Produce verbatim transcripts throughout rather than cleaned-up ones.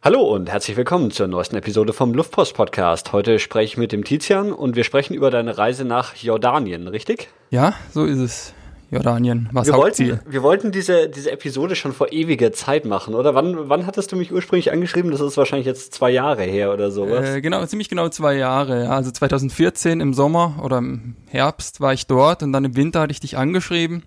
Hallo und herzlich willkommen zur neuesten Episode vom Luftpost-Podcast. Heute spreche ich mit dem Tizian und wir sprechen über deine Reise nach Jordanien, richtig? Ja, so ist es. Jordanien, was wir Hauptziel. Wollten, wir wollten diese, diese Episode schon vor ewiger Zeit machen, oder? Wann, wann hattest du mich ursprünglich angeschrieben? Das ist wahrscheinlich jetzt zwei Jahre her oder sowas. Äh, genau, ziemlich genau zwei Jahre. Ja. Also zwanzig vierzehn im Sommer oder im Herbst war ich dort und dann im Winter hatte ich dich angeschrieben.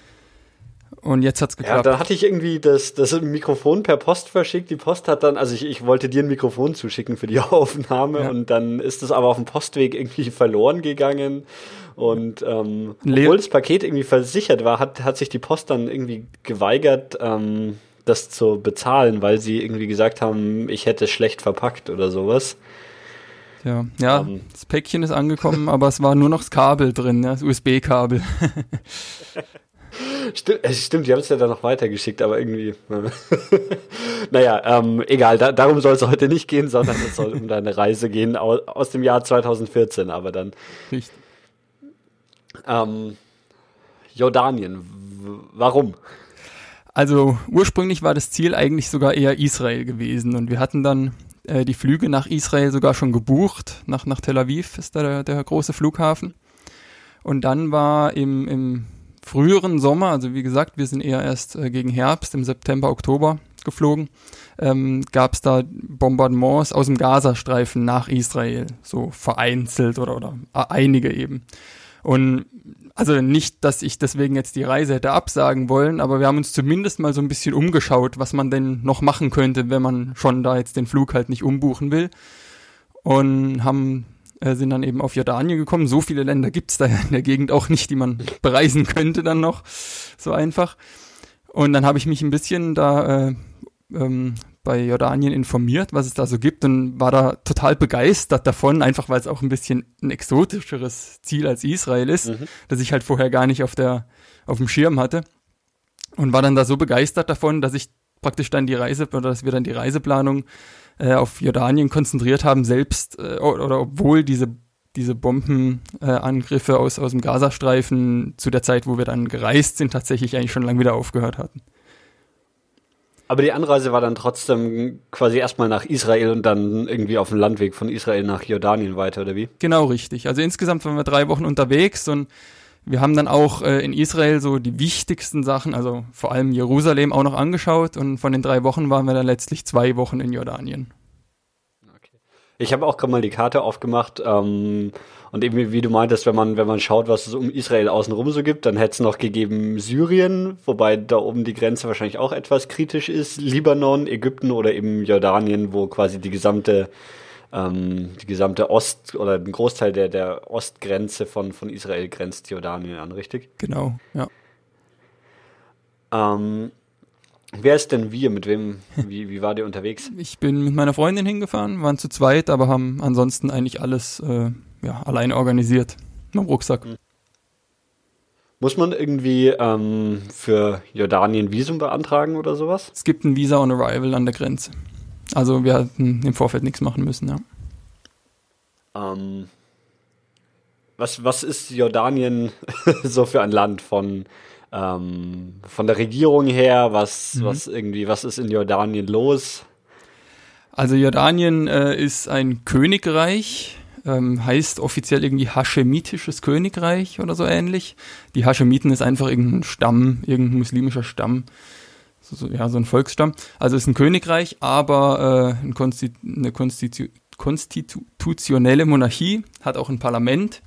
Und jetzt hat's geklappt. Ja, dann hatte ich irgendwie das, das Mikrofon per Post verschickt. Die Post hat dann, also ich, ich wollte dir ein Mikrofon zuschicken für die Aufnahme ja. Und dann ist es aber auf dem Postweg irgendwie verloren gegangen. Und ähm, obwohl das Paket irgendwie versichert war, hat, hat sich die Post dann irgendwie geweigert, ähm, das zu bezahlen, weil sie irgendwie gesagt haben, ich hätte es schlecht verpackt oder sowas. Ja, ja um. Das Päckchen ist angekommen, aber es war nur noch das Kabel drin, ja, das U S B-Kabel. Stimmt, stimmt, die haben es ja dann noch weitergeschickt, aber irgendwie, naja, ähm, egal, da, darum soll es heute nicht gehen, sondern es soll um deine Reise gehen aus, aus dem Jahr zwanzig vierzehn, aber dann. Richtig. Ähm, Jordanien, w- warum? Also ursprünglich war das Ziel eigentlich sogar eher Israel gewesen und wir hatten dann äh, die Flüge nach Israel sogar schon gebucht, nach, nach Tel Aviv ist da der, der große Flughafen und dann war im, im früheren Sommer, also wie gesagt, wir sind eher erst äh, gegen Herbst, im September, Oktober geflogen, ähm, gab es da Bombardements aus dem Gazastreifen nach Israel, so vereinzelt oder, oder äh, einige eben. Und also nicht, dass ich deswegen jetzt die Reise hätte absagen wollen, aber wir haben uns zumindest mal so ein bisschen umgeschaut, was man denn noch machen könnte, wenn man schon da jetzt den Flug halt nicht umbuchen will. Und haben äh, sind dann eben auf Jordanien gekommen. So viele Länder gibt's da ja in der Gegend auch nicht, die man bereisen könnte dann noch so einfach. Und dann habe ich mich ein bisschen da äh, ähm, bei Jordanien informiert, was es da so gibt und war da total begeistert davon, einfach weil es auch ein bisschen ein exotischeres Ziel als Israel ist, mhm. das ich halt vorher gar nicht auf der auf dem Schirm hatte und war dann da so begeistert davon, dass ich praktisch dann die Reise oder dass wir dann die Reiseplanung äh, auf Jordanien konzentriert haben, selbst äh, oder, oder obwohl diese diese Bombenangriffe äh, aus aus dem Gazastreifen zu der Zeit, wo wir dann gereist sind, tatsächlich eigentlich schon lange wieder aufgehört hatten. Aber die Anreise war dann trotzdem quasi erstmal nach Israel und dann irgendwie auf dem Landweg von Israel nach Jordanien weiter, oder wie? Genau, richtig. Also insgesamt waren wir drei Wochen unterwegs und wir haben dann auch äh, in Israel so die wichtigsten Sachen, also vor allem Jerusalem auch noch angeschaut und von den drei Wochen waren wir dann letztlich zwei Wochen in Jordanien. Okay. Ich habe auch gerade mal die Karte aufgemacht, ähm, und eben, wie du meintest, wenn man, wenn man schaut, was es um Israel außenrum so gibt, dann hätte es noch gegeben Syrien, wobei da oben die Grenze wahrscheinlich auch etwas kritisch ist, Libanon, Ägypten oder eben Jordanien, wo quasi die gesamte, ähm, die gesamte Ost- oder ein Großteil der, der Ostgrenze von, von Israel grenzt Jordanien an, richtig? Genau, ja. Ähm, wer ist denn wir? Mit wem, wie, wie war der unterwegs? Ich bin mit meiner Freundin hingefahren, waren zu zweit, aber haben ansonsten eigentlich alles äh, ja, alleine organisiert, mit dem Rucksack. Muss man irgendwie ähm, für Jordanien Visum beantragen oder sowas? Es gibt ein Visa on Arrival an der Grenze. Also wir hatten im Vorfeld nichts machen müssen, ja. Ähm, was, was ist Jordanien so für ein Land von, ähm, von der Regierung her? Was, mhm. was irgendwie, was ist in Jordanien los? Also Jordanien äh, ist ein Königreich, Ähm, heißt offiziell irgendwie Haschemitisches Königreich oder so ähnlich. Die Haschemiten ist einfach irgendein Stamm, irgendein muslimischer Stamm, so, so, ja, so ein Volksstamm. Also ist ein Königreich, aber äh, ein Konstitu- eine Konstitu- konstitutionelle Monarchie, hat auch ein Parlament.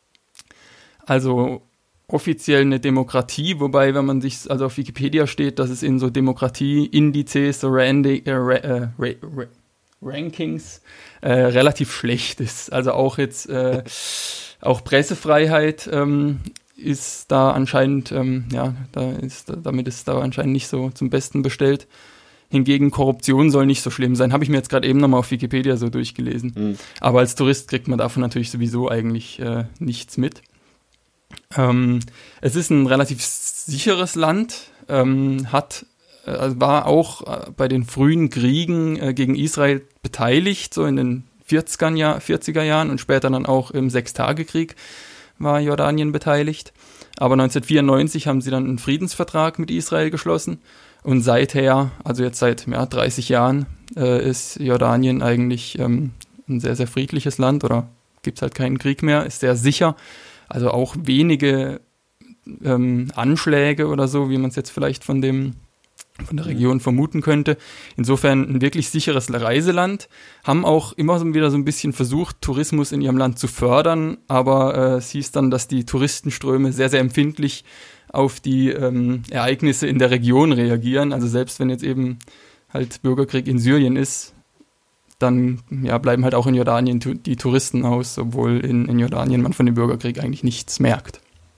Also offiziell eine Demokratie, wobei, wenn man sich, also auf Wikipedia steht, dass es in so Demokratie-Indizes, so Randi, äh, äh, äh, äh, Rankings äh, relativ schlecht ist. Also auch jetzt äh, auch Pressefreiheit ähm, ist da anscheinend, ähm, ja, da ist damit ist da anscheinend nicht so zum Besten bestellt. Hingegen Korruption soll nicht so schlimm sein. Habe ich mir jetzt gerade eben nochmal auf Wikipedia so durchgelesen. Mhm. Aber als Tourist kriegt man davon natürlich sowieso eigentlich äh, nichts mit. Ähm, es ist ein relativ sicheres Land, ähm, hat Also war auch bei den frühen Kriegen äh, gegen Israel beteiligt, so in den vierziger, Jahr, vierziger Jahren und später dann auch im Sechstagekrieg war Jordanien beteiligt. Aber neunzehnhundertvierundneunzig haben sie dann einen Friedensvertrag mit Israel geschlossen und seither, also jetzt seit ja, dreißig Jahren, äh, ist Jordanien eigentlich ähm, ein sehr, sehr friedliches Land oder gibt es halt keinen Krieg mehr, ist sehr sicher. Also auch wenige ähm, Anschläge oder so, wie man es jetzt vielleicht von dem von der Region vermuten könnte. Insofern ein wirklich sicheres Reiseland. Haben auch immer so wieder so ein bisschen versucht, Tourismus in ihrem Land zu fördern, aber äh, es hieß dann, dass die Touristenströme sehr, sehr empfindlich auf die ähm, Ereignisse in der Region reagieren. Also selbst wenn jetzt eben halt Bürgerkrieg in Syrien ist, dann ja, bleiben halt auch in Jordanien tu- die Touristen aus, obwohl in, in Jordanien man von dem Bürgerkrieg eigentlich nichts merkt.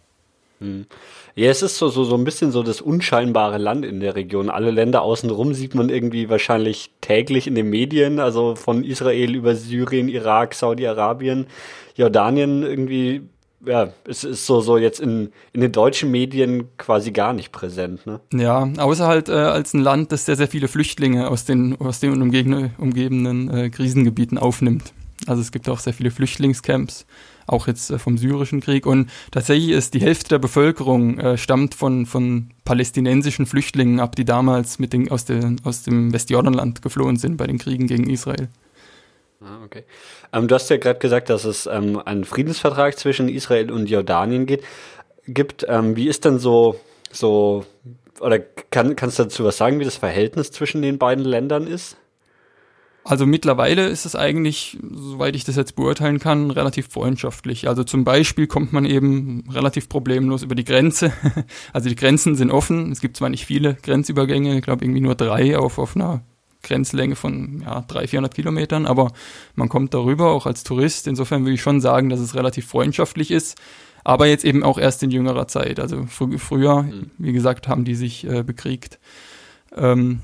Hm. Ja, es ist so, so, so ein bisschen so das unscheinbare Land in der Region. Alle Länder außenrum sieht man irgendwie wahrscheinlich täglich in den Medien, also von Israel über Syrien, Irak, Saudi-Arabien, Jordanien irgendwie, ja, es ist so, so jetzt in, in den deutschen Medien quasi gar nicht präsent, ne? Ja, außer halt äh, als ein Land, das sehr, sehr viele Flüchtlinge aus den, aus den umgebenden, umgebenden äh, Krisengebieten aufnimmt. Also es gibt auch sehr viele Flüchtlingscamps, auch jetzt äh, vom syrischen Krieg. Und tatsächlich ist die Hälfte der Bevölkerung äh, stammt von, von palästinensischen Flüchtlingen ab, die damals mit den, aus, den, aus dem Westjordanland geflohen sind bei den Kriegen gegen Israel. Ah, okay. Ähm, du hast ja gerade gesagt, dass es ähm, einen Friedensvertrag zwischen Israel und Jordanien geht, gibt. Ähm, wie ist denn so, so oder kann, kannst du dazu was sagen, wie das Verhältnis zwischen den beiden Ländern ist? Also mittlerweile ist es eigentlich, soweit ich das jetzt beurteilen kann, relativ freundschaftlich. Also zum Beispiel kommt man eben relativ problemlos über die Grenze. Also die Grenzen sind offen. Es gibt zwar nicht viele Grenzübergänge, ich glaube irgendwie nur drei auf, auf einer Grenzlänge von ja, dreihundert, vierhundert Kilometern, aber man kommt darüber auch als Tourist. Insofern würde ich schon sagen, dass es relativ freundschaftlich ist, aber jetzt eben auch erst in jüngerer Zeit. Also fr- früher, mhm. wie gesagt, haben die sich äh, bekriegt. Ähm,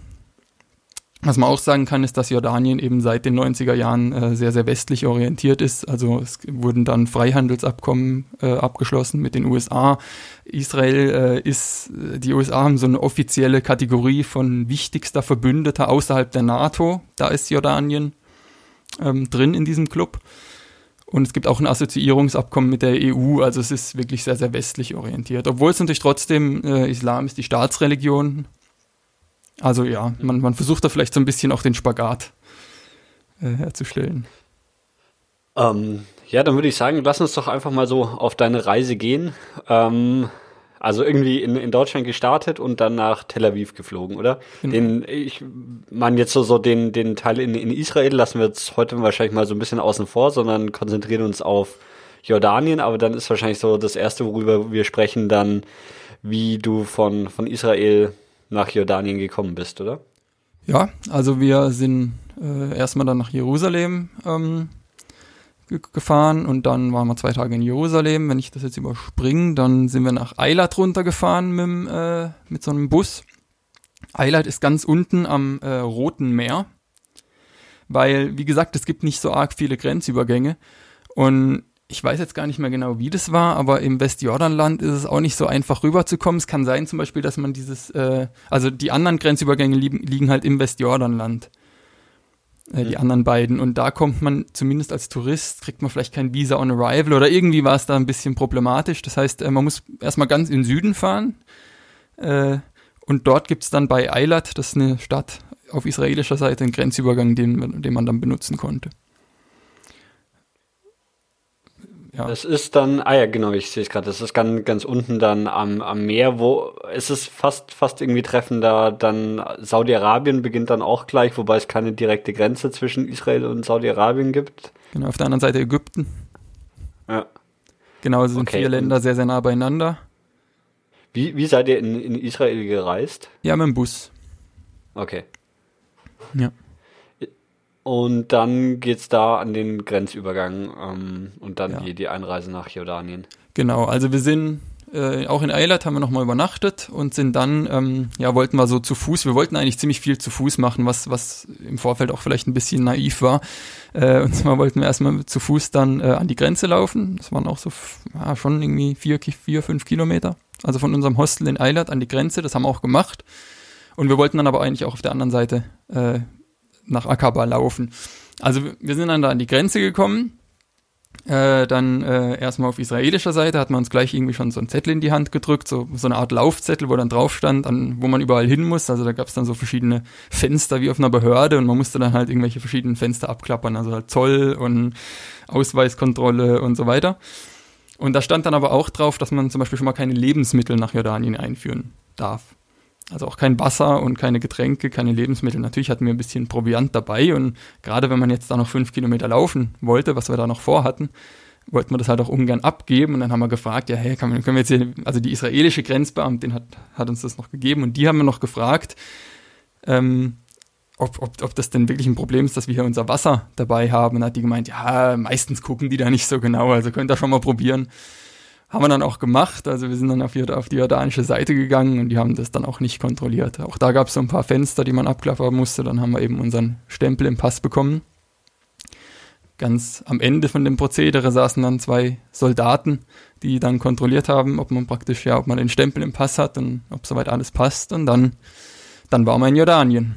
Was man auch sagen kann, ist, dass Jordanien eben seit den neunziger Jahren äh, sehr, sehr westlich orientiert ist. Also es wurden dann Freihandelsabkommen äh, abgeschlossen mit den U S A. Israel äh, ist, die U S A haben so eine offizielle Kategorie von wichtigster Verbündeter außerhalb der NATO. Da ist Jordanien ähm, drin in diesem Club. Und es gibt auch ein Assoziierungsabkommen mit der E U. Also es ist wirklich sehr, sehr westlich orientiert. Obwohl es natürlich trotzdem, äh, Islam ist die Staatsreligion. Also ja, man, man versucht da vielleicht so ein bisschen auch den Spagat äh, herzustellen. Ähm, ja, dann würde ich sagen, lass uns doch einfach mal so auf deine Reise gehen. Ähm, also irgendwie in, in Deutschland gestartet und dann nach Tel Aviv geflogen, oder? Genau. Den, ich meine jetzt so, so den, den Teil in, in Israel lassen wir jetzt heute wahrscheinlich mal so ein bisschen außen vor, sondern konzentrieren uns auf Jordanien. Aber dann ist wahrscheinlich so das Erste, worüber wir sprechen, dann wie du von, von Israel nach Jordanien gekommen bist, oder? Ja, also wir sind äh, erstmal dann nach Jerusalem ähm, ge- gefahren und dann waren wir zwei Tage in Jerusalem. Wenn ich das jetzt überspringe, dann sind wir nach Eilat runtergefahren mit, äh, mit so einem Bus. Eilat ist ganz unten am äh, Roten Meer, weil, wie gesagt, es gibt nicht so arg viele Grenzübergänge und ich weiß jetzt gar nicht mehr genau, wie das war, aber im Westjordanland ist es auch nicht so einfach rüberzukommen. Es kann sein zum Beispiel, dass man dieses, äh, also die anderen Grenzübergänge liegen, liegen halt im Westjordanland, äh, die mhm. anderen beiden. Und da kommt man zumindest als Tourist, kriegt man vielleicht kein Visa on Arrival oder irgendwie war es da ein bisschen problematisch. Das heißt, äh, man muss erstmal ganz in den Süden fahren äh, und dort gibt es dann bei Eilat, das ist eine Stadt auf israelischer Seite, einen Grenzübergang, den, den man dann benutzen konnte. Ja. Das ist dann, ah ja, genau, ich sehe es gerade, das ist ganz, ganz unten dann am, am Meer, wo es ist fast, fast irgendwie treffender, dann Saudi-Arabien beginnt dann auch gleich, wobei es keine direkte Grenze zwischen Israel und Saudi-Arabien gibt. Genau, auf der anderen Seite Ägypten. Ja. Genau, es sind okay. vier Länder sehr, sehr nah beieinander. Wie, wie seid ihr in, in Israel gereist? Ja, mit dem Bus. Okay. Ja. Und dann geht's da an den Grenzübergang ähm, und dann ja. die, die Einreise nach Jordanien. Genau, also wir sind äh, auch in Eilat, haben wir nochmal übernachtet und sind dann, ähm, ja, wollten wir so zu Fuß, wir wollten eigentlich ziemlich viel zu Fuß machen, was, was im Vorfeld auch vielleicht ein bisschen naiv war. Äh, und zwar wollten wir erstmal zu Fuß dann äh, an die Grenze laufen. Das waren auch so ja, schon irgendwie vier, vier, fünf Kilometer. Also von unserem Hostel in Eilat an die Grenze, das haben wir auch gemacht. Und wir wollten dann aber eigentlich auch auf der anderen Seite äh, nach Aqaba laufen. Also wir sind dann da an die Grenze gekommen Äh, dann äh, erstmal auf israelischer Seite hat man uns gleich irgendwie schon so einen Zettel in die Hand gedrückt, so, so eine Art Laufzettel, wo dann drauf stand, an, wo man überall hin muss. Also da gab es dann so verschiedene Fenster wie auf einer Behörde und man musste dann halt irgendwelche verschiedenen Fenster abklappern, also halt Zoll und Ausweiskontrolle und so weiter. Und da stand dann aber auch drauf, dass man zum Beispiel schon mal keine Lebensmittel nach Jordanien einführen darf. Also auch kein Wasser und keine Getränke, keine Lebensmittel. Natürlich hatten wir ein bisschen Proviant dabei und gerade wenn man jetzt da noch fünf Kilometer laufen wollte, was wir da noch vorhatten, wollten wir das halt auch ungern abgeben und dann haben wir gefragt, ja, hey, kann man, können wir jetzt hier, also die israelische Grenzbeamtin hat, hat uns das noch gegeben und die haben wir noch gefragt, ähm, ob, ob, ob das denn wirklich ein Problem ist, dass wir hier unser Wasser dabei haben. Und dann hat die gemeint, ja, meistens gucken die da nicht so genau, also könnt ihr schon mal probieren. Haben wir dann auch gemacht, also wir sind dann auf die, auf die jordanische Seite gegangen und die haben das dann auch nicht kontrolliert. Auch da gab es so ein paar Fenster, die man abklappern musste, dann haben wir eben unseren Stempel im Pass bekommen. Ganz am Ende von dem Prozedere saßen dann zwei Soldaten, die dann kontrolliert haben, ob man praktisch, ja, ob man den Stempel im Pass hat und ob soweit alles passt und dann, dann war man in Jordanien.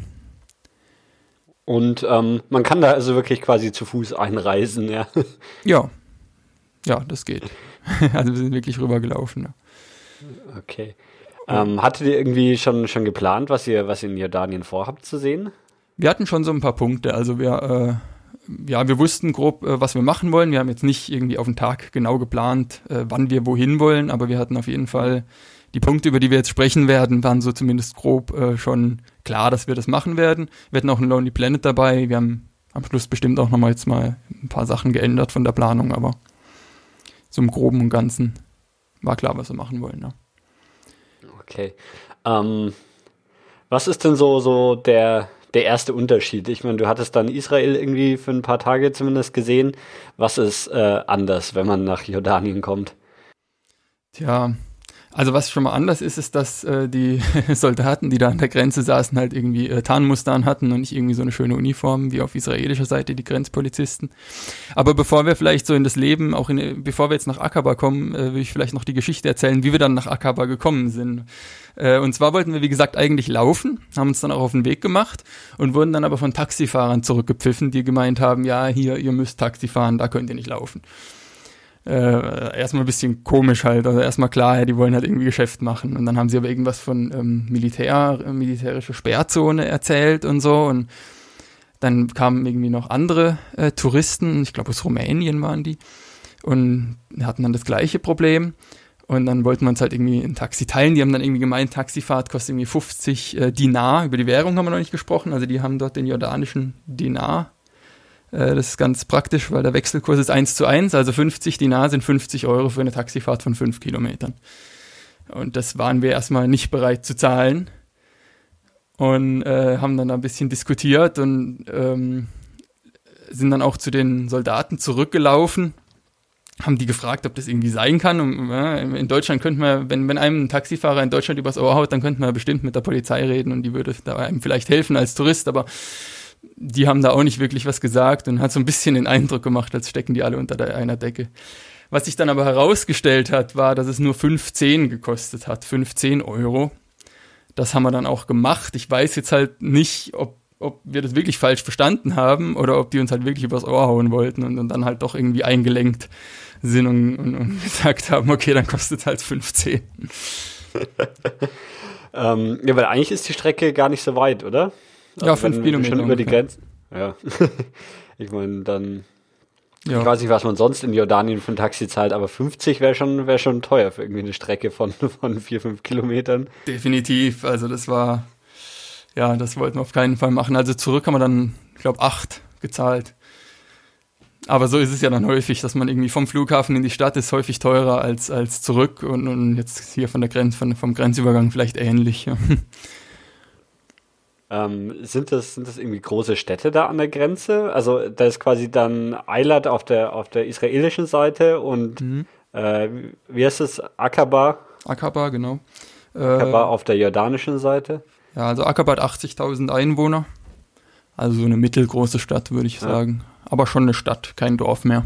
Und ähm, man kann da also wirklich quasi zu Fuß einreisen, ja? Ja, ja, das geht. Also wir sind wirklich rübergelaufen. Ja. Okay. Ähm, hattet ihr irgendwie schon, schon geplant, was ihr, was ihr in Jordanien vorhabt zu sehen? Wir hatten schon so ein paar Punkte. Also wir, äh, ja, wir wussten grob, äh, was wir machen wollen. Wir haben jetzt nicht irgendwie auf den Tag genau geplant, äh, wann wir wohin wollen, aber wir hatten auf jeden Fall die Punkte, über die wir jetzt sprechen werden, waren so zumindest grob äh, schon klar, dass wir das machen werden. Wir hatten auch ein Lonely Planet dabei. Wir haben am Schluss bestimmt auch nochmal jetzt mal ein paar Sachen geändert von der Planung, aber so im Groben und Ganzen war klar, was wir machen wollen. Ja. Okay. Ähm, was ist denn so, so der, der erste Unterschied? Ich meine, du hattest dann Israel irgendwie für ein paar Tage zumindest gesehen. Was ist äh, anders, wenn man nach Jordanien kommt? Tja, also was schon mal anders ist, ist, dass äh, die Soldaten, die da an der Grenze saßen, halt irgendwie äh, Tarnmuster an hatten und nicht irgendwie so eine schöne Uniform wie auf israelischer Seite die Grenzpolizisten. Aber bevor wir vielleicht so in das Leben, auch in, bevor wir jetzt nach Aqaba kommen, äh, will ich vielleicht noch die Geschichte erzählen, wie wir dann nach Aqaba gekommen sind. Äh, und zwar wollten wir, wie gesagt, eigentlich laufen, haben uns dann auch auf den Weg gemacht und wurden dann aber von Taxifahrern zurückgepfiffen, die gemeint haben, ja, hier, ihr müsst Taxi fahren, da könnt ihr nicht laufen. Äh, erstmal ein bisschen komisch halt, also erstmal klar, ja, die wollen halt irgendwie Geschäft machen und dann haben sie aber irgendwas von ähm, Militär, äh, militärische Sperrzone erzählt und so und dann kamen irgendwie noch andere äh, Touristen, ich glaube aus Rumänien waren die und hatten dann das gleiche Problem und dann wollten wir uns halt irgendwie ein Taxi teilen, die haben dann irgendwie gemeint, Taxifahrt kostet irgendwie fünfzig äh, Dinar, über die Währung haben wir noch nicht gesprochen, also die haben dort den jordanischen Dinar. Das ist ganz praktisch, weil der Wechselkurs ist eins zu eins, also fünfzig Dinar sind fünfzig Euro für eine Taxifahrt von fünf Kilometern. Und das waren wir erstmal nicht bereit zu zahlen und äh, haben dann ein bisschen diskutiert und ähm, sind dann auch zu den Soldaten zurückgelaufen, haben die gefragt, ob das irgendwie sein kann. Und, äh, in Deutschland könnte man, wenn, wenn einem ein Taxifahrer in Deutschland übers Ohr haut, dann könnte man bestimmt mit der Polizei reden und die würde da einem vielleicht helfen als Tourist, aber die haben da auch nicht wirklich was gesagt und hat so ein bisschen den Eindruck gemacht, als stecken die alle unter der, einer Decke. Was sich dann aber herausgestellt hat, war, dass es nur fünfzehn gekostet hat, fünfzehn Euro. Das haben wir dann auch gemacht. Ich weiß jetzt halt nicht, ob, ob wir das wirklich falsch verstanden haben oder ob die uns halt wirklich übers Ohr hauen wollten und, und dann halt doch irgendwie eingelenkt sind und, und, und gesagt haben, okay, dann kostet es halt fünfzehn. ähm, ja, weil eigentlich ist die Strecke gar nicht so weit, oder? Also ja, fünf Kilometer. Schon über die Grenze. Ja. Ich meine, dann. Ja. Ich weiß nicht, was man sonst in Jordanien für ein Taxi zahlt, aber fünfzig wäre schon, wär schon teuer für irgendwie eine Strecke von, von vier, fünf Kilometern. Definitiv. Also, das war. Ja, das wollten wir auf keinen Fall machen. Also, zurück haben wir dann, ich glaube, acht gezahlt. Aber so ist es ja dann häufig, dass man irgendwie vom Flughafen in die Stadt ist häufig teurer als, als zurück und, und jetzt hier von der Grenz, von, vom Grenzübergang vielleicht ähnlich. Ja. Ähm, sind das, sind das irgendwie große Städte da an der Grenze? Also da ist quasi dann Eilat auf der, auf der israelischen Seite und mhm. äh, wie heißt es? Aqaba? Aqaba, genau. Aqaba äh, auf der jordanischen Seite? Ja, also Aqaba hat achtzigtausend Einwohner. Also so eine mittelgroße Stadt, würde ich ja. sagen. Aber schon eine Stadt, kein Dorf mehr.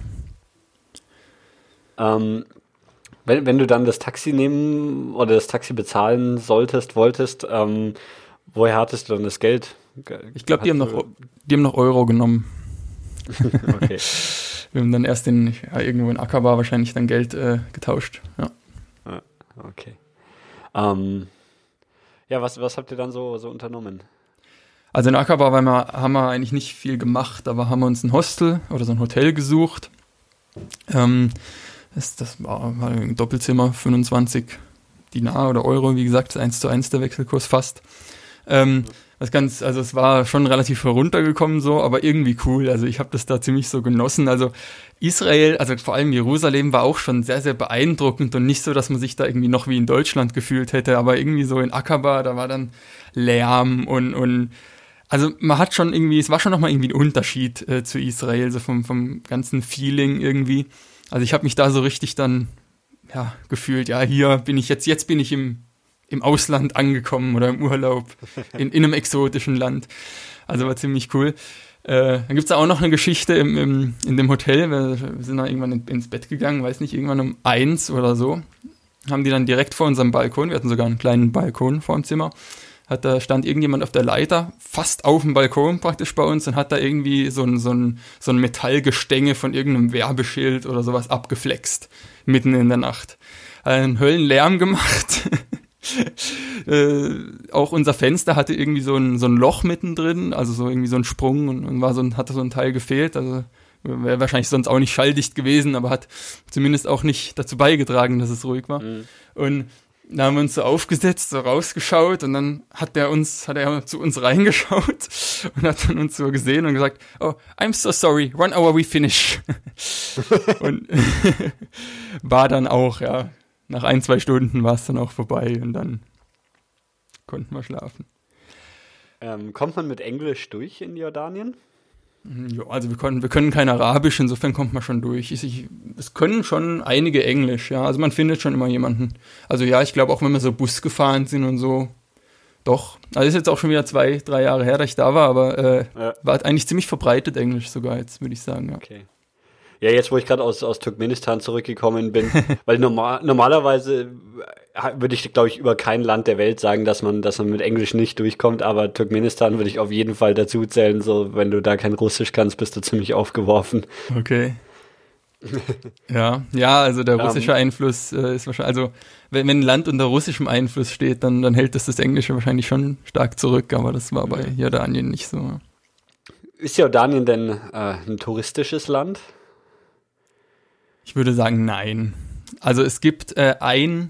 Ähm, wenn, wenn du dann das Taxi nehmen oder das Taxi bezahlen solltest, wolltest, ähm, woher hattest du dann das Geld? Ich glaube, die haben noch, die haben noch Euro genommen. Okay. Wir haben dann erst in, ja, irgendwo in Aqaba wahrscheinlich dann Geld äh, getauscht. Ja. Okay. Ähm, ja, was, was habt ihr dann so, so unternommen? Also in Aqaba haben wir, haben wir eigentlich nicht viel gemacht, aber haben wir uns ein Hostel oder so ein Hotel gesucht. Ähm, das, das war, war ein Doppelzimmer, fünfundzwanzig Dinar oder Euro, wie gesagt, eins zu eins der Wechselkurs fast. Ähm, das ganz, also es war schon relativ heruntergekommen so, aber irgendwie cool. Also ich habe das da ziemlich so genossen. Also Israel, also vor allem Jerusalem war auch schon sehr, sehr beeindruckend und nicht so, dass man sich da irgendwie noch wie in Deutschland gefühlt hätte, aber irgendwie so in Aqaba, da war dann Lärm und, und also man hat schon irgendwie, es war schon nochmal irgendwie ein Unterschied äh, zu Israel, so vom, vom ganzen Feeling irgendwie. Also ich habe mich da so richtig dann, ja, gefühlt, ja, hier bin ich jetzt, jetzt bin ich im im Ausland angekommen oder im Urlaub in, in einem exotischen Land. Also war ziemlich cool. Äh, dann gibt's da auch noch eine Geschichte im, im, in dem Hotel. Wir, wir sind da irgendwann in, ins Bett gegangen, weiß nicht, irgendwann um eins oder so. Haben die dann direkt vor unserem Balkon, wir hatten sogar einen kleinen Balkon vor dem Zimmer, hat da stand irgendjemand auf der Leiter, fast auf dem Balkon praktisch bei uns und hat da irgendwie so ein, so ein, so ein Metallgestänge von irgendeinem Werbeschild oder sowas abgeflext, mitten in der Nacht. Einen Höllenlärm gemacht. äh, auch unser Fenster hatte irgendwie so ein, so ein Loch mittendrin, also so irgendwie so ein Sprung und, und war so ein, hatte so ein Teil gefehlt, also wäre wahrscheinlich sonst auch nicht schalldicht gewesen, aber hat zumindest auch nicht dazu beigetragen, dass es ruhig war. Mhm. Und da haben wir uns so aufgesetzt, so rausgeschaut und dann hat der uns, hat er zu uns reingeschaut und hat dann uns so gesehen und gesagt, oh, I'm so sorry, one hour we finish. Und war dann auch, ja, nach ein, zwei Stunden war es dann auch vorbei und dann konnten wir schlafen. Ähm, kommt man mit Englisch durch in Jordanien? Ja, also wir können, wir können kein Arabisch, insofern kommt man schon durch. Ich, ich, es können schon einige Englisch, ja, also man findet schon immer jemanden. Also ja, ich glaube auch, wenn wir so Bus gefahren sind und so, doch. Also ist jetzt auch schon wieder zwei, drei Jahre her, dass ich da war, aber äh, ja. War eigentlich ziemlich verbreitet Englisch sogar jetzt, würde ich sagen, ja. Okay. Ja, jetzt, wo ich gerade aus, aus Turkmenistan zurückgekommen bin, weil normal, normalerweise würde ich, glaube ich, über kein Land der Welt sagen, dass man, dass man mit Englisch nicht durchkommt, aber Turkmenistan würde ich auf jeden Fall dazu zählen, so, wenn du da kein Russisch kannst, bist du ziemlich aufgeworfen. Okay. ja, ja, also der russische um, Einfluss äh, ist wahrscheinlich, also wenn, wenn ein Land unter russischem Einfluss steht, dann, dann hält das das Englische wahrscheinlich schon stark zurück, aber das war bei Jordanien nicht so. Ist Jordanien denn äh, ein touristisches Land? Ich würde sagen, nein. Also es gibt äh, ein,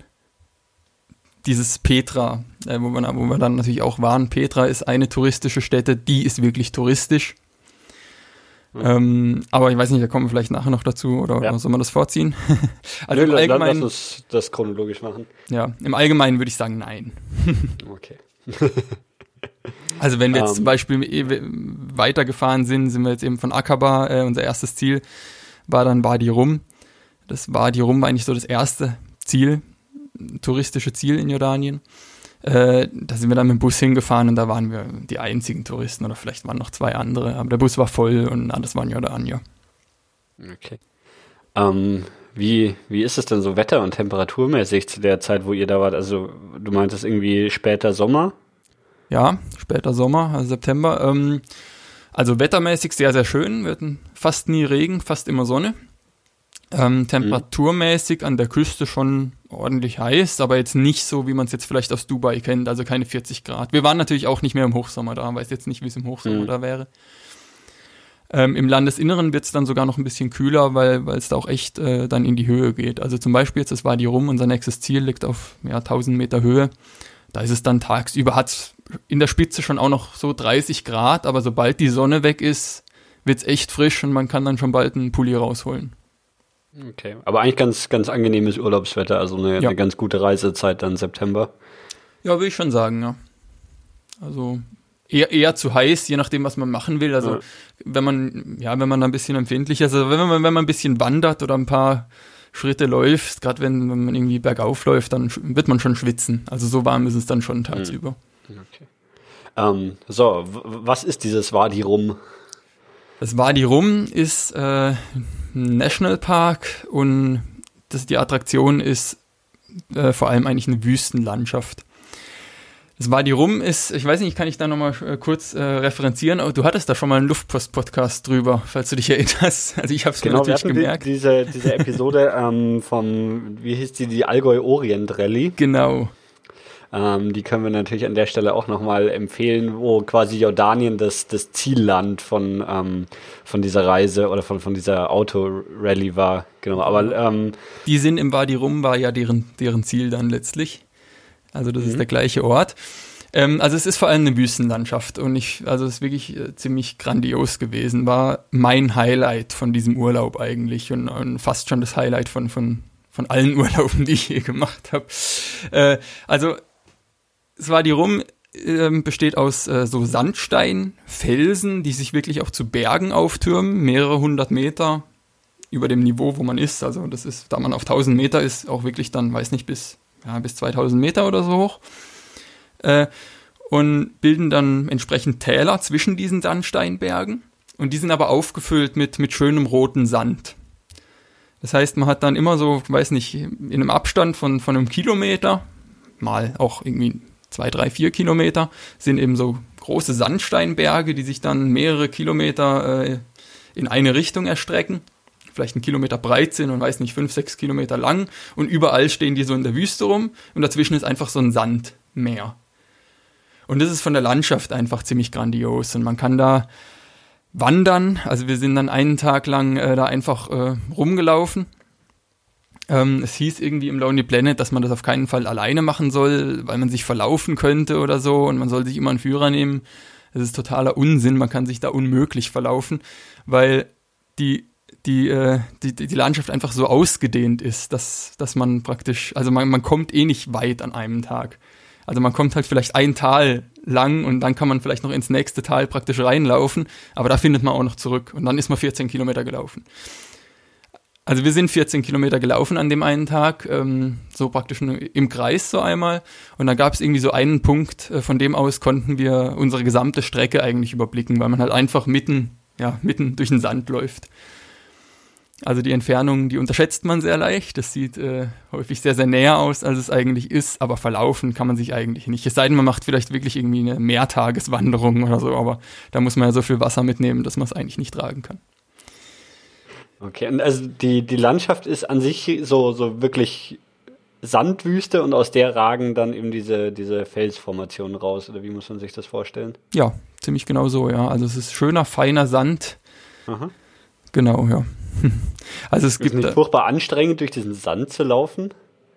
dieses Petra, äh, wo, wir, wo wir dann natürlich auch waren. Petra ist eine touristische Stätte, die ist wirklich touristisch. Mhm. Ähm, aber ich weiß nicht, da kommen wir vielleicht nachher noch dazu oder, ja. oder soll man das vorziehen? Also Nö, im Allgemeinen, lass uns das chronologisch machen. Ja, im Allgemeinen würde ich sagen, nein. Okay. Also wenn wir jetzt um. zum Beispiel weitergefahren sind, sind wir jetzt eben von Aqaba, äh, unser erstes Ziel war dann Wadi Rum. Das Wadi Rum war eigentlich so das erste Ziel, touristische Ziel in Jordanien. Äh, da sind wir dann mit dem Bus hingefahren und da waren wir die einzigen Touristen oder vielleicht waren noch zwei andere, aber der Bus war voll und alles war in Jordanier. Okay. Ähm, wie, wie ist es denn so wetter- und temperaturmäßig zu der Zeit, wo ihr da wart? Also du meintest irgendwie später Sommer? Ja, später Sommer, also September. Ähm, also wettermäßig sehr, sehr schön. Wir hatten fast nie Regen, fast immer Sonne. Ähm, temperaturmäßig an der Küste schon ordentlich heiß, aber jetzt nicht so, wie man es jetzt vielleicht aus Dubai kennt, also keine vierzig Grad. Wir waren natürlich auch nicht mehr im Hochsommer da, weiß jetzt nicht, wie es im Hochsommer mhm. da wäre. Ähm, Im Landesinneren wird es dann sogar noch ein bisschen kühler, weil es da auch echt äh, dann in die Höhe geht. Also zum Beispiel jetzt, das Wadi Rum, unser nächstes Ziel liegt auf ja, tausend Meter Höhe. Da ist es dann tagsüber, hat es in der Spitze schon auch noch so dreißig Grad, aber sobald die Sonne weg ist, wird es echt frisch und man kann dann schon bald einen Pulli rausholen. Okay, aber eigentlich ganz, ganz angenehmes Urlaubswetter, also eine, ja. eine ganz gute Reisezeit dann September. Ja, würde ich schon sagen, ja. Also eher, eher zu heiß, je nachdem, was man machen will. Also ja. wenn man, ja, wenn man da ein bisschen empfindlich ist, also wenn man, wenn man ein bisschen wandert oder ein paar Schritte läuft, gerade wenn, wenn man irgendwie bergauf läuft, dann wird man schon schwitzen. Also so warm ist es dann schon tagsüber. Okay. Ähm, so, w- was ist dieses Wadi Rum? Das Wadi Rum ist äh, ein Nationalpark und das, die Attraktion ist äh, vor allem eigentlich eine Wüstenlandschaft. Das Wadi Rum ist, ich weiß nicht, kann ich da nochmal äh, kurz äh, referenzieren, aber du hattest da schon mal einen Luftpost-Podcast drüber, falls du dich erinnerst. Also ich habe es genau, mir natürlich wir hatten gemerkt. Die, diese, diese Episode ähm, vom, wie hieß die, die Allgäu-Orient-Rallye. Genau. Ähm, die können wir natürlich an der Stelle auch nochmal empfehlen, wo quasi Jordanien das, das Zielland von, ähm, von dieser Reise oder von, von dieser Autorallye war. Genau, aber ähm, die sind im Wadi Rum, war ja deren, deren Ziel dann letztlich. Also das mhm. ist der gleiche Ort. Ähm, also es ist vor allem eine Wüstenlandschaft und ich, also es ist wirklich äh, ziemlich grandios gewesen. War mein Highlight von diesem Urlaub eigentlich und, und fast schon das Highlight von, von, von allen Urlauben, die ich je gemacht habe. Äh, also es Wadi Rum äh, besteht aus äh, so Sandsteinfelsen, die sich wirklich auch zu Bergen auftürmen, mehrere hundert Meter über dem Niveau, wo man ist. Also das ist, da man auf tausend Meter ist, auch wirklich dann, weiß nicht, bis ja, bis zweitausend Meter oder so hoch, äh, und bilden dann entsprechend Täler zwischen diesen Sandsteinbergen und die sind aber aufgefüllt mit, mit schönem roten Sand. Das heißt, man hat dann immer so, weiß nicht, in einem Abstand von, von einem Kilometer, mal auch irgendwie zwei, drei, vier Kilometer, sind eben so große Sandsteinberge, die sich dann mehrere Kilometer äh, in eine Richtung erstrecken. Vielleicht einen Kilometer breit sind und weiß nicht, fünf, sechs Kilometer lang und überall stehen die so in der Wüste rum und dazwischen ist einfach so ein Sandmeer. Und das ist von der Landschaft einfach ziemlich grandios und man kann da wandern, also wir sind dann einen Tag lang äh, da einfach äh, rumgelaufen. Ähm, es hieß irgendwie im Lonely Planet, dass man das auf keinen Fall alleine machen soll, weil man sich verlaufen könnte oder so und man soll sich immer einen Führer nehmen. Das ist totaler Unsinn, man kann sich da unmöglich verlaufen, weil die Die, äh, die, die Landschaft einfach so ausgedehnt ist, dass, dass man praktisch, also man, man kommt eh nicht weit an einem Tag. Also man kommt halt vielleicht ein Tal lang und dann kann man vielleicht noch ins nächste Tal praktisch reinlaufen, aber da findet man auch noch zurück und dann ist man vierzehn Kilometer gelaufen. Also wir sind vierzehn Kilometer gelaufen an dem einen Tag, ähm, so praktisch im Kreis so einmal und dann gab es irgendwie so einen Punkt, äh, von dem aus konnten wir unsere gesamte Strecke eigentlich überblicken, weil man halt einfach mitten, ja, mitten durch den Sand läuft. Also die Entfernung, die unterschätzt man sehr leicht. Das sieht äh, häufig sehr, sehr näher aus, als es eigentlich ist. Aber verlaufen kann man sich eigentlich nicht. Es sei denn, man macht vielleicht wirklich irgendwie eine Mehrtageswanderung oder so. Aber da muss man ja so viel Wasser mitnehmen, dass man es eigentlich nicht tragen kann. Okay, und also die, die Landschaft ist an sich so, so wirklich Sandwüste und aus der ragen dann eben diese, diese Felsformationen raus. Oder wie muss man sich das vorstellen? Ja, ziemlich genau so, ja. Also es ist schöner, feiner Sand. Aha. Genau, ja. Also es ist gibt nicht furchtbar anstrengend, durch diesen Sand zu laufen?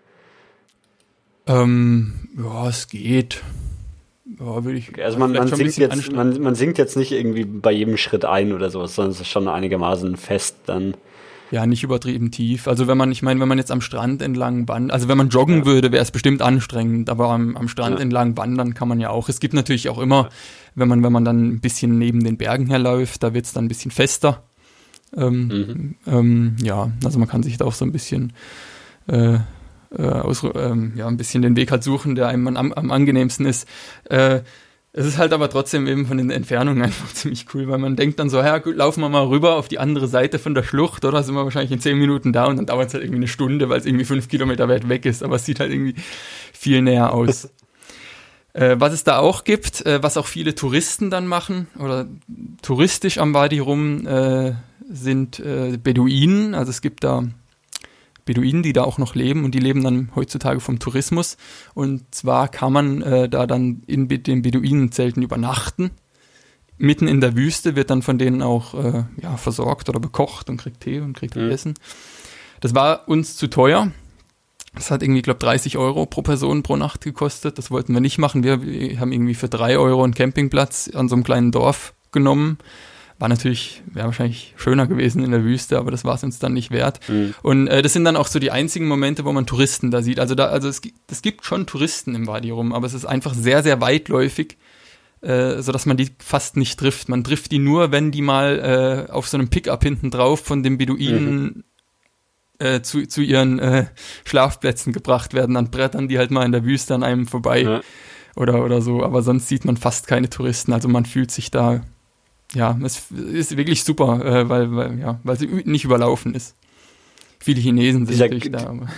Ähm, ja, es geht. Ja, würde ich. Okay, also man, man, sinkt jetzt, man, man sinkt jetzt nicht irgendwie bei jedem Schritt ein oder sowas, sondern es ist schon einigermaßen fest dann. Ja, nicht übertrieben tief. Also wenn man, ich meine, wenn man jetzt am Strand entlang wandert, also wenn man joggen ja. würde, wäre es bestimmt anstrengend, aber am, am Strand ja. entlang wandern kann man ja auch. Es gibt natürlich auch immer, ja. wenn man, wenn man dann ein bisschen neben den Bergen herläuft, da wird es dann ein bisschen fester. Ähm, mhm. ähm, ja, also man kann sich da auch so ein bisschen äh, äh, aus, ähm, ja, ein bisschen den Weg halt suchen, der einem am, am angenehmsten ist. Äh, es ist halt aber trotzdem eben von den Entfernungen einfach ziemlich cool, weil man denkt dann so, ja gut, laufen wir mal rüber auf die andere Seite von der Schlucht, oder sind wir wahrscheinlich in zehn Minuten da und dann dauert es halt irgendwie eine Stunde, weil es irgendwie fünf Kilometer weit weg ist, aber es sieht halt irgendwie viel näher aus. Äh, was es da auch gibt, äh, was auch viele Touristen dann machen oder touristisch am Wadi Rum äh, sind äh, Beduinen, also es gibt da Beduinen, die da auch noch leben und die leben dann heutzutage vom Tourismus und zwar kann man äh, da dann in Be- den Beduinenzelten übernachten. Mitten in der Wüste wird dann von denen auch äh, ja, versorgt oder bekocht und kriegt Tee und kriegt mhm. Essen. Das war uns zu teuer. Das hat irgendwie, glaube ich, dreißig Euro pro Person pro Nacht gekostet. Das wollten wir nicht machen. Wir, wir haben irgendwie für drei Euro einen Campingplatz an so einem kleinen Dorf genommen. War natürlich, wäre wahrscheinlich schöner gewesen in der Wüste, aber das war es uns dann nicht wert. Mhm. Und äh, das sind dann auch so die einzigen Momente, wo man Touristen da sieht. Also da, also es, es gibt schon Touristen im Wadi Rum, aber es ist einfach sehr, sehr weitläufig, äh, sodass man die fast nicht trifft. Man trifft die nur, wenn die mal äh, auf so einem Pickup hinten drauf von den Beduinen mhm. äh, zu, zu ihren äh, Schlafplätzen gebracht werden. Dann brettern die halt mal in der Wüste an einem vorbei ja. oder, oder so. Aber sonst sieht man fast keine Touristen. Also man fühlt sich da ja, es ist wirklich super, äh, weil, weil, ja, weil sie nicht überlaufen ist. Viele Chinesen sind dieser, natürlich da. Aber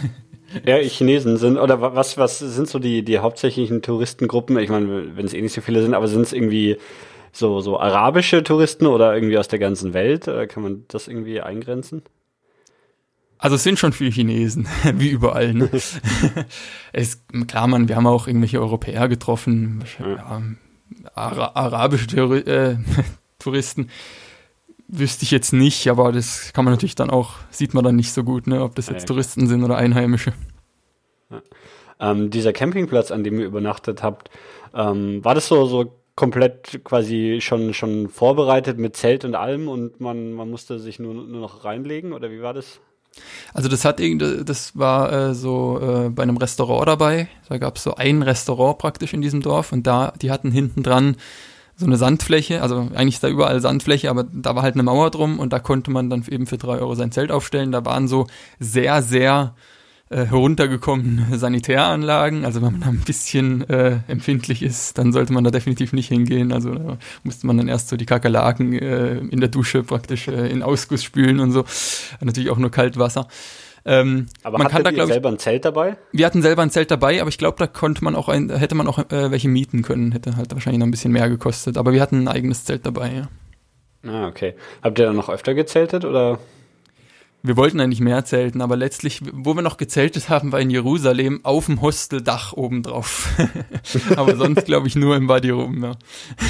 Ja, Chinesen sind, oder was, was sind so die, die hauptsächlichen Touristengruppen? Ich meine, wenn es eh nicht so viele sind, aber sind es irgendwie so, so arabische Touristen oder irgendwie aus der ganzen Welt? Oder kann man das irgendwie eingrenzen? Also es sind schon viele Chinesen, wie überall. Ne? es, klar, man, wir haben auch irgendwelche Europäer getroffen, ja, Ara- arabische Theori- äh, Touristen. Wüsste ich jetzt nicht, aber das kann man natürlich dann auch, sieht man dann nicht so gut, ne, ob das jetzt ja, Touristen sind oder Einheimische. Ja. Ähm, dieser Campingplatz, an dem ihr übernachtet habt, ähm, war das so, so komplett quasi schon, schon vorbereitet mit Zelt und allem und man, man musste sich nur, nur noch reinlegen oder wie war das? Also das hat irgendwie, das war äh, so äh, bei einem Restaurant dabei, da gab es so ein Restaurant praktisch in diesem Dorf und da, die hatten hinten dran so eine Sandfläche, also eigentlich ist da überall Sandfläche, aber da war halt eine Mauer drum und da konnte man dann eben für drei Euro sein Zelt aufstellen. Da waren so sehr, sehr äh, heruntergekommene Sanitäranlagen. Also wenn man da ein bisschen äh, empfindlich ist, dann sollte man da definitiv nicht hingehen. Also da musste man dann erst so die Kakerlaken äh, in der Dusche praktisch äh, in Ausguss spülen und so. Natürlich auch nur Kaltwasser. Ähm, aber man hattet kann da, ihr glaub ich, selber ein Zelt dabei? Wir hatten selber ein Zelt dabei, aber ich glaube, da konnte man auch ein, hätte man auch äh, welche mieten können. Hätte halt wahrscheinlich noch ein bisschen mehr gekostet. Aber wir hatten ein eigenes Zelt dabei, ja. Ah, okay. Habt ihr dann noch öfter gezeltet, oder? Wir wollten eigentlich mehr zelten, aber letztlich, wo wir noch gezeltet haben, war in Jerusalem auf dem Hosteldach obendrauf. Aber sonst, glaube ich, nur im Wadi Rum, ja.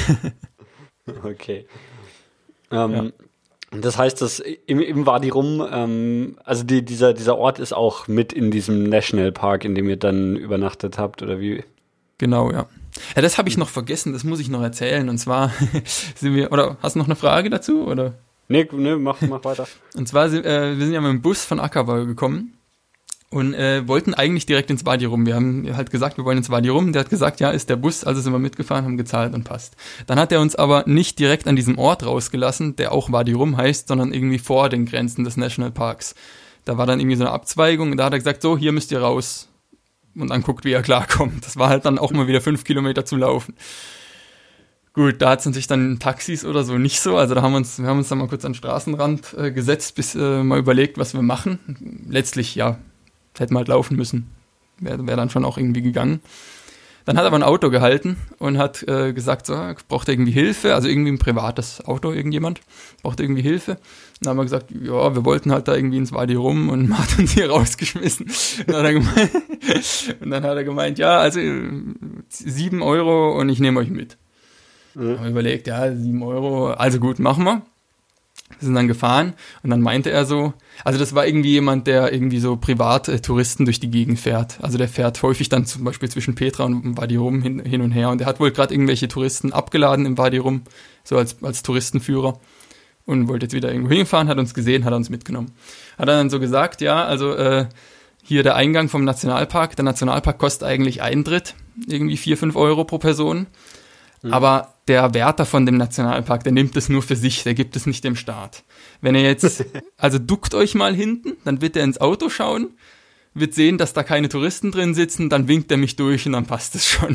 Okay. Ähm, ja. Das heißt, dass im, im Wadi Rum, ähm, also die, dieser, dieser Ort ist auch mit in diesem Nationalpark, in dem ihr dann übernachtet habt, oder wie? Genau, ja. Ja, das habe ich noch vergessen, das muss ich noch erzählen. Und zwar sind wir, oder hast du noch eine Frage dazu, oder? Nee, nee mach, mach weiter. Und zwar, sind, äh, wir sind ja mit dem Bus von Aqaba gekommen und äh, wollten eigentlich direkt ins Wadi Rum. Wir haben halt gesagt, wir wollen ins Wadi Rum. Der hat gesagt, ja, ist der Bus, also sind wir mitgefahren, haben gezahlt und passt. Dann hat er uns aber nicht direkt an diesem Ort rausgelassen, der auch Wadi Rum heißt, sondern irgendwie vor den Grenzen des Nationalparks. Da war dann irgendwie so eine Abzweigung und da hat er gesagt, so, hier müsst ihr raus. Und dann guckt, wie er klarkommt. Das war halt dann auch mal wieder fünf Kilometer zu laufen. Gut, da hat es natürlich dann Taxis oder so nicht so. Also da haben wir uns, wir haben uns dann mal kurz an den Straßenrand äh, gesetzt, bis äh, mal überlegt, was wir machen. Letztlich, ja, hätten wir halt laufen müssen. Wäre wär dann schon auch irgendwie gegangen. Dann hat er aber ein Auto gehalten und hat äh, gesagt, so, braucht er irgendwie Hilfe, also irgendwie ein privates Auto, irgendjemand, braucht irgendwie Hilfe. Und dann haben wir gesagt, ja, wir wollten halt da irgendwie ins Wadi Rum und man hat uns hier rausgeschmissen. Und dann hat er gemeint, und dann hat er gemeint ja, also sieben Euro und ich nehme euch mit. Mhm. Haben wir überlegt, ja, sieben Euro, also gut, machen wir. Wir sind dann gefahren und dann meinte er so, also das war irgendwie jemand, der irgendwie so privat äh, Touristen durch die Gegend fährt. Also der fährt häufig dann zum Beispiel zwischen Petra und Wadi Rum hin, hin und her und der hat wohl gerade irgendwelche Touristen abgeladen im Wadi Rum, so als, als Touristenführer und wollte jetzt wieder irgendwo hinfahren, hat uns gesehen, hat uns mitgenommen. Hat er dann so gesagt, ja, also äh, hier der Eingang vom Nationalpark, der Nationalpark kostet eigentlich Eintritt, irgendwie vier, fünf Euro pro Person. Mhm. Aber der Wärter von dem Nationalpark, der nimmt es nur für sich, der gibt es nicht dem Staat. Wenn er jetzt, also duckt euch mal hinten, dann wird er ins Auto schauen, wird sehen, dass da keine Touristen drin sitzen, dann winkt er mich durch und dann passt es schon.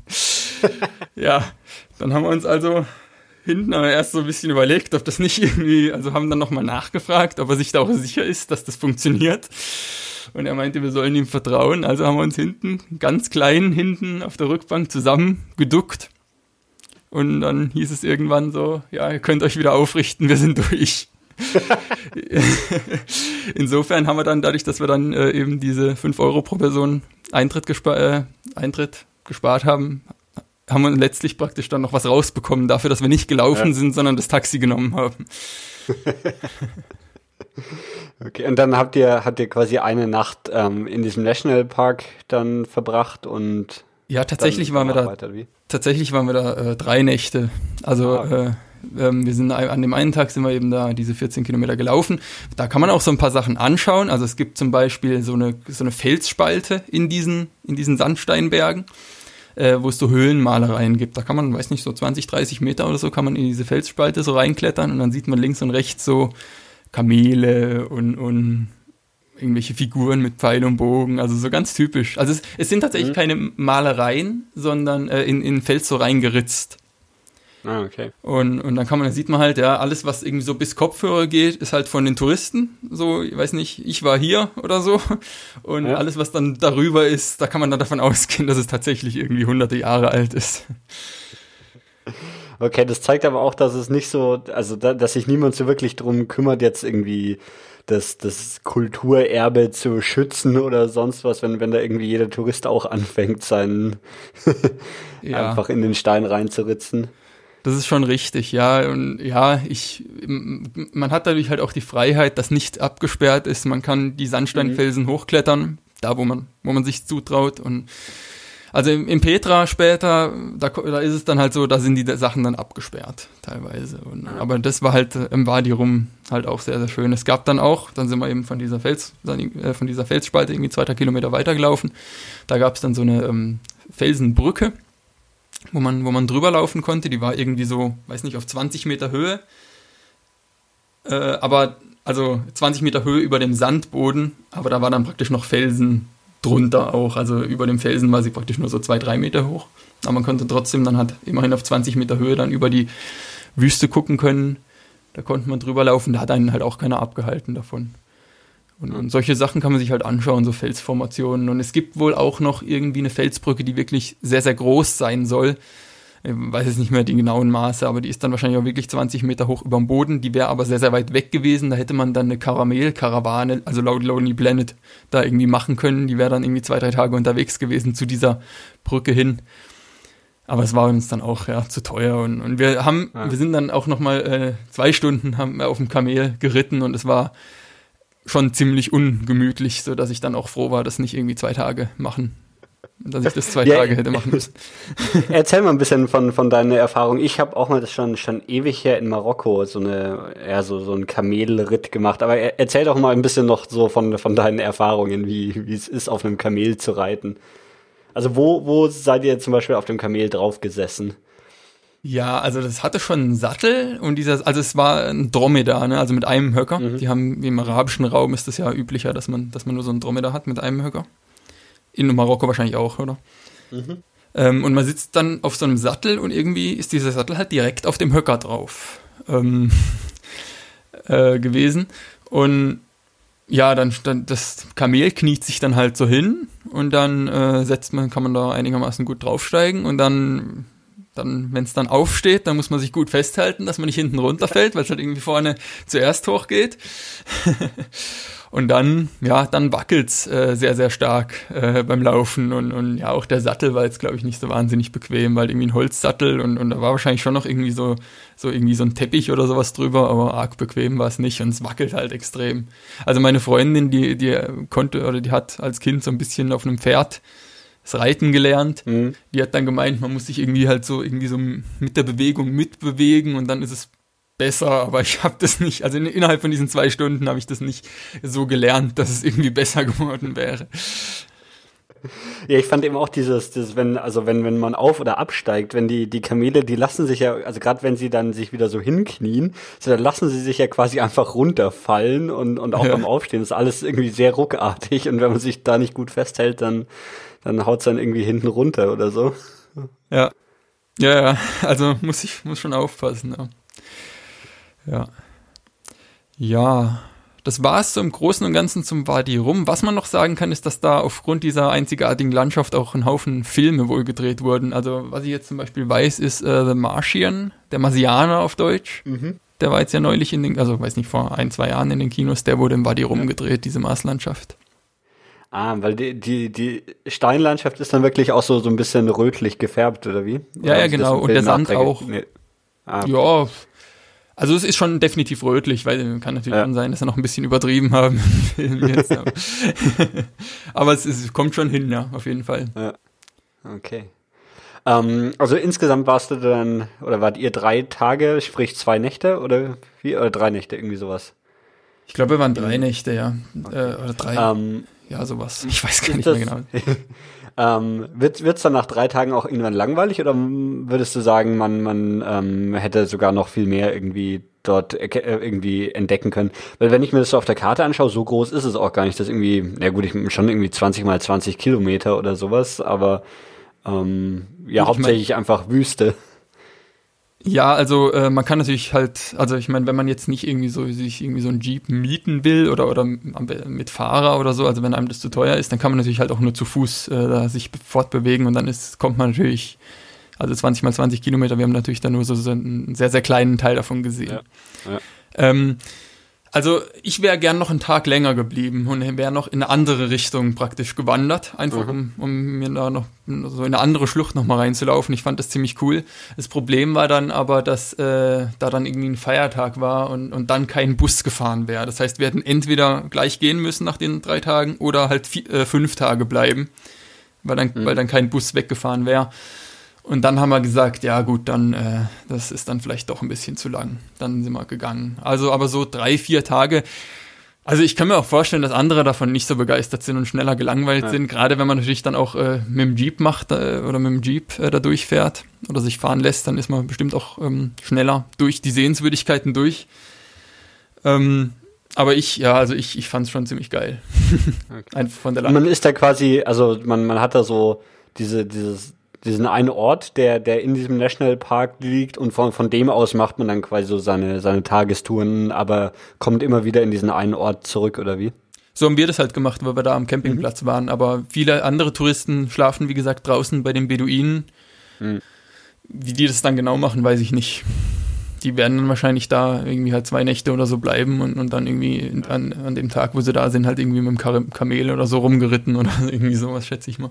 Ja, dann haben wir uns also hinten aber erst so ein bisschen überlegt, ob das nicht irgendwie, also haben dann nochmal nachgefragt, ob er sich da auch sicher ist, dass das funktioniert. Und er meinte, wir sollen ihm vertrauen, also haben wir uns hinten, ganz klein hinten auf der Rückbank zusammen geduckt. Und dann hieß es irgendwann so, ja, ihr könnt euch wieder aufrichten, wir sind durch. Insofern haben wir dann, dadurch, dass wir dann äh, eben diese fünf Euro pro Person Eintritt, gespa- äh, Eintritt gespart haben, haben wir letztlich praktisch dann noch was rausbekommen dafür, dass wir nicht gelaufen ja. sind, sondern das Taxi genommen haben. Okay, und dann habt ihr, habt ihr quasi eine Nacht ähm, in diesem Nationalpark dann verbracht und ja, tatsächlich waren wir da, weiter, wie? tatsächlich waren wir da äh, drei Nächte. Also ah, okay. äh, äh, wir sind an dem einen Tag sind wir eben da diese vierzehn Kilometer gelaufen. Da kann man auch so ein paar Sachen anschauen. Also es gibt zum Beispiel so eine so eine Felsspalte in diesen in diesen Sandsteinbergen, äh, wo es so Höhlenmalereien gibt. Da kann man, weiß nicht, so zwanzig, dreißig Meter oder so kann man in diese Felsspalte so reinklettern und dann sieht man links und rechts so Kamele und und irgendwelche Figuren mit Pfeil und Bogen, also so ganz typisch. Also es, es sind tatsächlich mhm. keine Malereien, sondern äh, in, in Fels so reingeritzt. Ah, okay. Und, und dann kann man, dann sieht man halt, ja, alles, was irgendwie so bis Kopfhörer geht, ist halt von den Touristen. So, ich weiß nicht, ich war hier oder so. Und ja. alles, was dann darüber ist, da kann man dann davon ausgehen, dass es tatsächlich irgendwie hunderte Jahre alt ist. Okay, das zeigt aber auch, dass es nicht so, also da, dass sich niemand so wirklich drum kümmert, jetzt irgendwie das, das Kulturerbe zu schützen oder sonst was, wenn, wenn da irgendwie jeder Tourist auch anfängt, seinen ja. einfach in den Stein reinzuritzen. Das ist schon richtig, ja. Und ja, ich, man hat dadurch halt auch die Freiheit, dass nicht abgesperrt ist. Man kann die Sandsteinfelsen mhm. hochklettern, da wo man, wo man sich zutraut. Und also im, im Petra später, da, da ist es dann halt so, da sind die Sachen dann abgesperrt teilweise. Und, aber das war halt im Wadi Rum halt auch sehr, sehr schön. Es gab dann auch, dann sind wir eben von dieser Fels, von dieser Felsspalte irgendwie zwei, drei Kilometer weitergelaufen. Da gab es dann so eine ähm, Felsenbrücke, wo man, wo man drüber laufen konnte. Die war irgendwie so, weiß nicht, auf zwanzig Meter Höhe. Äh, aber, also zwanzig Meter Höhe über dem Sandboden, aber da war dann praktisch noch Felsen drunter auch. Also über dem Felsen war sie praktisch nur so zwei, drei Meter hoch. Aber man konnte trotzdem dann halt immerhin auf zwanzig Meter Höhe dann über die Wüste gucken können. Da konnte man drüber laufen. Da hat einen halt auch keiner abgehalten davon. Und, und solche Sachen kann man sich halt anschauen, so Felsformationen. Und es gibt wohl auch noch irgendwie eine Felsbrücke, die wirklich sehr, sehr groß sein soll. Ich weiß jetzt nicht mehr die genauen Maße, aber die ist dann wahrscheinlich auch wirklich zwanzig Meter hoch über dem Boden. Die wäre aber sehr, sehr weit weg gewesen. Da hätte man dann eine Karamell-Karawane, also laut Lonely Planet, da irgendwie machen können. Die wäre dann irgendwie zwei, drei Tage unterwegs gewesen zu dieser Brücke hin. Aber es war uns dann auch ja zu teuer. Und, und wir haben, ja. wir sind dann auch nochmal äh, zwei Stunden haben wir auf dem Kamel geritten und es war schon ziemlich ungemütlich, so dass ich dann auch froh war, das nicht irgendwie zwei Tage machen, dass ich das zwei ja, Tage hätte machen müssen. Erzähl mal ein bisschen von von deiner Erfahrung. Ich habe auch mal das schon schon ewig her in Marokko so eine ja so so einen Kamelritt gemacht. Aber erzähl doch mal ein bisschen noch so von von deinen Erfahrungen, wie wie es ist, auf einem Kamel zu reiten. Also wo wo seid ihr zum Beispiel auf dem Kamel drauf gesessen? Ja, also das hatte schon einen Sattel und dieser, also es war ein Dromedar, ne, also mit einem Höcker. Mhm. Die haben, wie im arabischen Raum ist das ja üblicher, dass man, dass man nur so einen Dromedar hat mit einem Höcker. In Marokko wahrscheinlich auch, oder? Mhm. Ähm, und man sitzt dann auf so einem Sattel und irgendwie ist dieser Sattel halt direkt auf dem Höcker drauf ähm, äh, gewesen. Und ja, dann, dann das Kamel kniet sich dann halt so hin und dann äh, setzt man, kann man da einigermaßen gut draufsteigen und dann Dann, wenn es dann aufsteht, dann muss man sich gut festhalten, dass man nicht hinten runterfällt, weil es halt irgendwie vorne zuerst hochgeht. Und dann, ja, dann wackelt's äh, sehr, sehr stark äh, beim Laufen. Und, und ja, auch der Sattel war jetzt, glaube ich, nicht so wahnsinnig bequem, weil irgendwie ein Holzsattel und, und da war wahrscheinlich schon noch irgendwie so, so irgendwie so ein Teppich oder sowas drüber, aber arg bequem war es nicht und es wackelt halt extrem. Also meine Freundin, die, die konnte oder die hat als Kind so ein bisschen auf einem Pferd das Reiten gelernt. Mhm. Die hat dann gemeint, man muss sich irgendwie halt so irgendwie so mit der Bewegung mitbewegen und dann ist es besser, aber ich habe das nicht, also in, innerhalb von diesen zwei Stunden habe ich das nicht so gelernt, dass es irgendwie besser geworden wäre. Ja, ich fand eben auch dieses, dieses wenn, also wenn, wenn man auf- oder absteigt, wenn die, die Kamele, die lassen sich ja, also gerade wenn sie dann sich wieder so hinknien, so dann lassen sie sich ja quasi einfach runterfallen und, und auch ja. beim Aufstehen ist alles irgendwie sehr ruckartig und wenn man sich da nicht gut festhält, dann dann haut's dann irgendwie hinten runter oder so. Ja. Ja, ja, also muss ich, muss schon aufpassen, ja. Ja. Ja, das war es so im Großen und Ganzen zum Wadi Rum. Was man noch sagen kann, ist, dass da aufgrund dieser einzigartigen Landschaft auch ein Haufen Filme wohl gedreht wurden. Also, was ich jetzt zum Beispiel weiß, ist äh, The Martian, der Marsianer auf Deutsch. Mhm. Der war jetzt ja neulich in den, also weiß nicht, vor ein, zwei Jahren in den Kinos, der wurde im Wadi Rum ja. gedreht, diese Marslandschaft. Ah, weil die, die, die Steinlandschaft ist dann wirklich auch so, so ein bisschen rötlich gefärbt, oder wie? Ja, oder ja, genau. Und der Sand auch. Nee. Ah, okay. Ja, also es ist schon definitiv rötlich, weil kann natürlich ja. schon sein, dass wir noch ein bisschen übertrieben haben im Film jetzt. Aber, aber es, ist, es kommt schon hin, ja, auf jeden Fall. Ja. Okay. Ähm, also insgesamt warst du dann, oder wart ihr drei Tage, sprich zwei Nächte, oder wie? Oder drei Nächte, irgendwie sowas? Ich glaube, wir waren drei Nächte, ja. Okay. Äh, oder drei. Ähm, Ja, sowas. Ich weiß gar nicht das, mehr genau. ähm, wird es dann nach drei Tagen auch irgendwann langweilig oder würdest du sagen, man, man ähm, hätte sogar noch viel mehr irgendwie dort äh, irgendwie entdecken können? Weil wenn ich mir das so auf der Karte anschaue, so groß ist es auch gar nicht. Das irgendwie, ja gut, ich schon irgendwie zwanzig mal zwanzig Kilometer oder sowas, aber ähm, ja, ich hauptsächlich mein, einfach Wüste. Ja, also äh, man kann natürlich halt, also ich meine, wenn man jetzt nicht irgendwie so sich irgendwie so einen Jeep mieten will oder oder mit Fahrer oder so, also wenn einem das zu teuer ist, dann kann man natürlich halt auch nur zu Fuß äh, da sich fortbewegen und dann ist kommt man natürlich, also zwanzig mal zwanzig Kilometer, wir haben natürlich dann nur so, so einen sehr, sehr kleinen Teil davon gesehen. Ja. Ja. Ähm, Also ich wäre gern noch einen Tag länger geblieben und wäre noch in eine andere Richtung praktisch gewandert, einfach um, um mir da noch so in eine andere Schlucht noch mal reinzulaufen. Ich fand das ziemlich cool. Das Problem war dann aber, dass äh, da dann irgendwie ein Feiertag war und, und dann kein Bus gefahren wäre. Das heißt, wir hätten entweder gleich gehen müssen nach den drei Tagen oder halt vier, äh, fünf Tage bleiben, weil dann, mhm. weil dann kein Bus weggefahren wäre. Und dann haben wir gesagt, ja gut, dann äh, das ist dann vielleicht doch ein bisschen zu lang. Dann sind wir gegangen. Also aber so drei, vier Tage. Also ich kann mir auch vorstellen, dass andere davon nicht so begeistert sind und schneller gelangweilt ja. sind. Gerade wenn man natürlich dann auch äh, mit dem Jeep macht äh, oder mit dem Jeep äh, da durchfährt oder sich fahren lässt, dann ist man bestimmt auch ähm, schneller durch die Sehenswürdigkeiten durch. Ähm, aber ich, ja, also ich, ich fand es schon ziemlich geil. Okay. Einfach von der Landschaft. Man ist da quasi, also man, man hat da so diese, dieses diesen einen Ort, der, der in diesem Nationalpark liegt und von, von dem aus macht man dann quasi so seine, seine Tagestouren, aber kommt immer wieder in diesen einen Ort zurück, oder wie? So haben wir das halt gemacht, weil wir da am Campingplatz mhm. waren, aber viele andere Touristen schlafen, wie gesagt, draußen bei den Beduinen. Mhm. Wie die das dann genau machen, weiß ich nicht. Die werden dann wahrscheinlich da irgendwie halt zwei Nächte oder so bleiben und, und dann irgendwie an, an dem Tag, wo sie da sind, halt irgendwie mit dem Kamel oder so rumgeritten oder irgendwie sowas, schätze ich mal.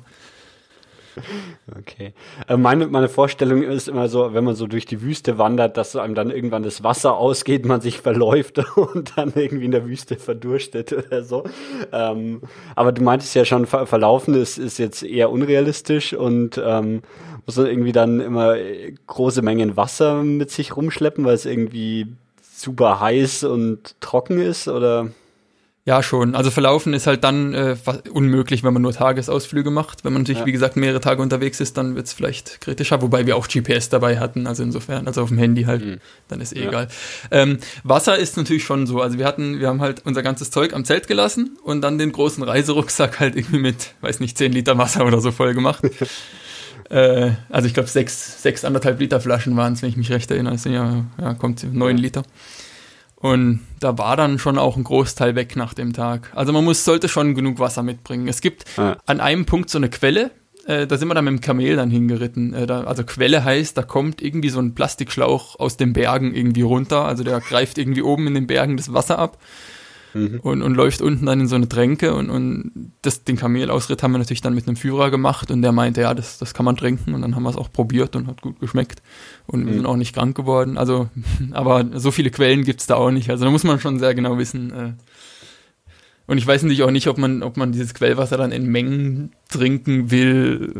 Okay. Meine, meine Vorstellung ist immer so, wenn man so durch die Wüste wandert, dass einem dann irgendwann das Wasser ausgeht, man sich verläuft und dann irgendwie in der Wüste verdurstet oder so. Ähm, aber du meintest ja schon, ver- verlaufen ist, ist jetzt eher unrealistisch und ähm, muss man irgendwie dann immer große Mengen Wasser mit sich rumschleppen, weil es irgendwie super heiß und trocken ist, oder? Ja, schon. Also verlaufen ist halt dann äh, unmöglich, wenn man nur Tagesausflüge macht. Wenn man natürlich, ja. wie gesagt, mehrere Tage unterwegs ist, dann wird's vielleicht kritischer, wobei wir auch G P S dabei hatten, also insofern, also auf dem Handy halt, mhm. dann ist eh ja. egal. Ähm, Wasser ist natürlich schon so, also wir hatten, wir haben halt unser ganzes Zeug am Zelt gelassen und dann den großen Reiserucksack halt irgendwie mit, weiß nicht, zehn Liter Wasser oder so voll gemacht. äh, also ich glaube sechs, sechs, anderthalb Liter Flaschen waren es, wenn ich mich recht erinnere, das sind ja, ja kommt neun Liter. Und da war dann schon auch ein Großteil weg nach dem Tag. Also man muss, sollte schon genug Wasser mitbringen. Es gibt ja. an einem Punkt so eine Quelle, äh, da sind wir dann mit dem Kamel dann hingeritten. Äh, da, also Quelle heißt, da kommt irgendwie so ein Plastikschlauch aus den Bergen irgendwie runter. Also der greift irgendwie oben in den Bergen das Wasser ab mhm. und, und läuft unten dann in so eine Tränke. Und, und das, den Kamelausritt haben wir natürlich dann mit einem Führer gemacht. Und der meinte, ja, das, das kann man trinken. Und dann haben wir es auch probiert und hat gut geschmeckt. Und wir sind auch nicht krank geworden. Also, aber so viele Quellen gibt's da auch nicht. Also da muss man schon sehr genau wissen. Äh. Und ich weiß natürlich auch nicht, ob man, ob man dieses Quellwasser dann in Mengen trinken will.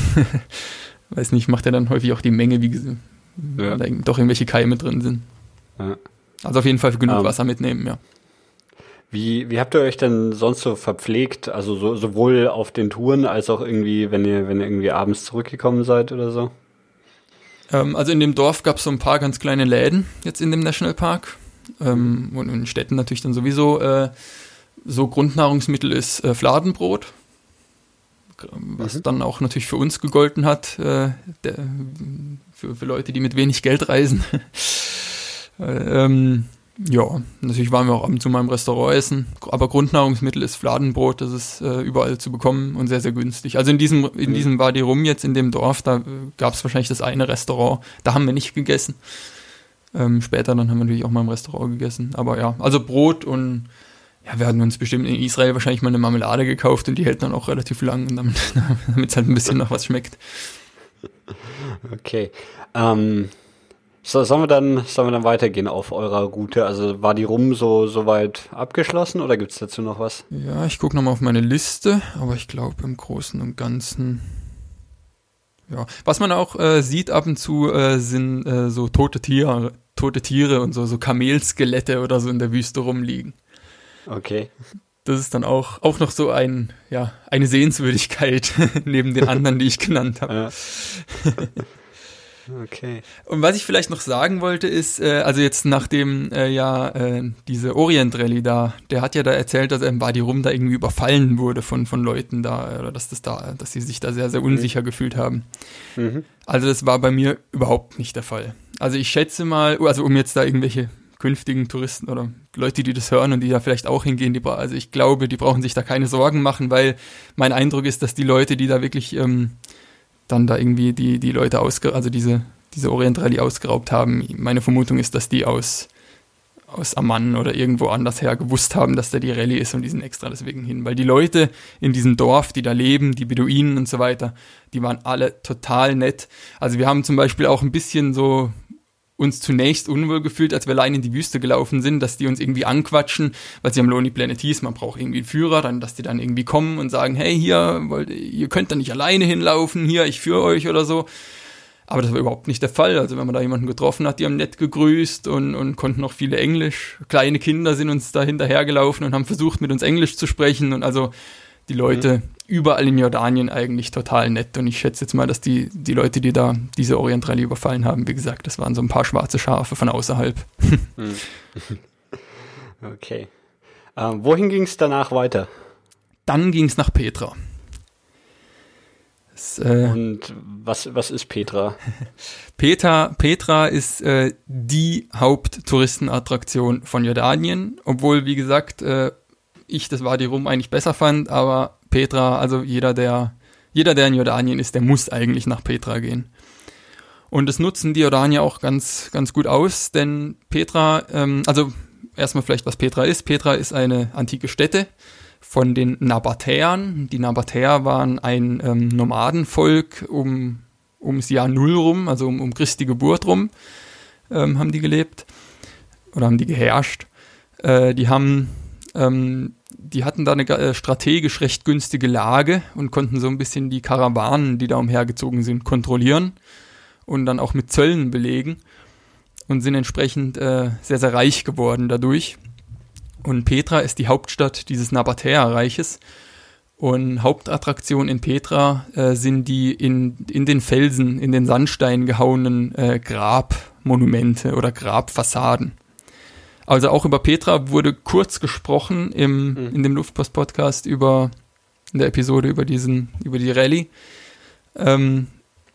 Weiß nicht, macht ja dann häufig auch die Menge, wie ja. da doch irgendwelche Keime drin sind. Ja. Also auf jeden Fall genug um. Wasser mitnehmen, ja. Wie, wie habt ihr euch denn sonst so verpflegt? Also so, sowohl auf den Touren als auch irgendwie, wenn ihr, wenn ihr irgendwie abends zurückgekommen seid oder so? Also in dem Dorf gab es so ein paar ganz kleine Läden jetzt in dem Nationalpark ähm, und in Städten natürlich dann sowieso. Äh, so Grundnahrungsmittel ist äh, Fladenbrot, was mhm. dann auch natürlich für uns gegolten hat, äh, der, für, für Leute, die mit wenig Geld reisen. ähm, ja, natürlich waren wir auch ab und zu mal im Restaurant essen, aber Grundnahrungsmittel ist Fladenbrot, das ist äh, überall zu bekommen und sehr, sehr günstig. Also in diesem, in mhm. diesem Wadi Rum jetzt, in dem Dorf, da äh, gab es wahrscheinlich das eine Restaurant, da haben wir nicht gegessen. Ähm, später dann haben wir natürlich auch mal im Restaurant gegessen, aber ja, also Brot und ja, wir hatten uns bestimmt in Israel wahrscheinlich mal eine Marmelade gekauft und die hält dann auch relativ lang, und damit es halt ein bisschen nach was schmeckt. Okay, ähm... So, sollen wir dann, sollen wir dann weitergehen auf eurer Route? Also war die Rum so, so weit abgeschlossen oder gibt's dazu noch was? Ja, ich gucke nochmal auf meine Liste, aber ich glaube im Großen und Ganzen, ja. Was man auch äh, sieht ab und zu äh, sind äh, so tote Tiere, tote Tiere und so, so Kamelskelette oder so in der Wüste rumliegen. Okay. Das ist dann auch, auch noch so ein, ja, eine Sehenswürdigkeit neben den anderen, die ich genannt habe. Ja. Okay. Und was ich vielleicht noch sagen wollte ist, äh, also jetzt nachdem äh, ja äh, diese Orient Rallye da, der hat ja da erzählt, dass er im Wadi Rum da irgendwie überfallen wurde von von Leuten da, oder dass das da, dass sie sich da sehr, sehr unsicher mhm. gefühlt haben. Mhm. Also das war bei mir überhaupt nicht der Fall. Also ich schätze mal, also um jetzt da irgendwelche künftigen Touristen oder Leute, die das hören und die da vielleicht auch hingehen, die, also ich glaube, die brauchen sich da keine Sorgen machen, weil mein Eindruck ist, dass die Leute, die da wirklich ähm, dann da irgendwie die, die Leute ausge, also diese, diese Orient Rallye ausgeraubt haben, meine Vermutung ist, dass die aus, aus Amman oder irgendwo anders her gewusst haben, dass da die Rallye ist und die sind extra deswegen hin. Weil die Leute in diesem Dorf, die da leben, die Beduinen und so weiter, die waren alle total nett. Also wir haben zum Beispiel auch ein bisschen so uns zunächst unwohl gefühlt, als wir allein in die Wüste gelaufen sind, dass die uns irgendwie anquatschen, weil sie am Lonely Planet hieß, man braucht irgendwie einen Führer, dann, dass die dann irgendwie kommen und sagen, hey, hier, wollt, ihr könnt da nicht alleine hinlaufen, hier, ich führe euch oder so. Aber das war überhaupt nicht der Fall. Also wenn man da jemanden getroffen hat, die haben nett gegrüßt und, und konnten auch viele Englisch. Kleine Kinder sind uns da hinterhergelaufen und haben versucht, mit uns Englisch zu sprechen. Und also die Leute mhm. überall in Jordanien eigentlich total nett. Und ich schätze jetzt mal, dass die, die Leute, die da diese Orient Rallye überfallen haben, wie gesagt, das waren so ein paar schwarze Schafe von außerhalb. Okay. Ähm, wohin ging es danach weiter? Dann ging es nach Petra. Das, äh, Und was, was ist Petra? Petra, Petra ist äh, die Haupttouristenattraktion von Jordanien, obwohl, wie gesagt, äh, ich das Wadi Rum eigentlich besser fand, aber Petra, also jeder, der jeder, der in Jordanien ist, der muss eigentlich nach Petra gehen. Und das nutzen die Jordanier auch ganz, ganz gut aus, denn Petra, ähm, also erstmal vielleicht, was Petra ist. Petra ist eine antike Stätte von den Nabatäern. Die Nabatäer waren ein ähm, Nomadenvolk um ums Jahr Null rum, also um, um Christi Geburt rum, ähm, haben die gelebt oder haben die geherrscht. Äh, die haben, ähm, die hatten da eine äh, strategisch recht günstige Lage und konnten so ein bisschen die Karawanen, die da umhergezogen sind, kontrollieren und dann auch mit Zöllen belegen und sind entsprechend äh, sehr, sehr reich geworden dadurch. Und Petra ist die Hauptstadt dieses Nabatäerreiches. Und Hauptattraktion in Petra äh, sind die in, in den Felsen, in den Sandstein gehauenen äh, Grabmonumente oder Grabfassaden. Also auch über Petra wurde kurz gesprochen im, mhm. in dem Luftpost-Podcast über, in der Episode über diesen, über die Rallye. Ähm,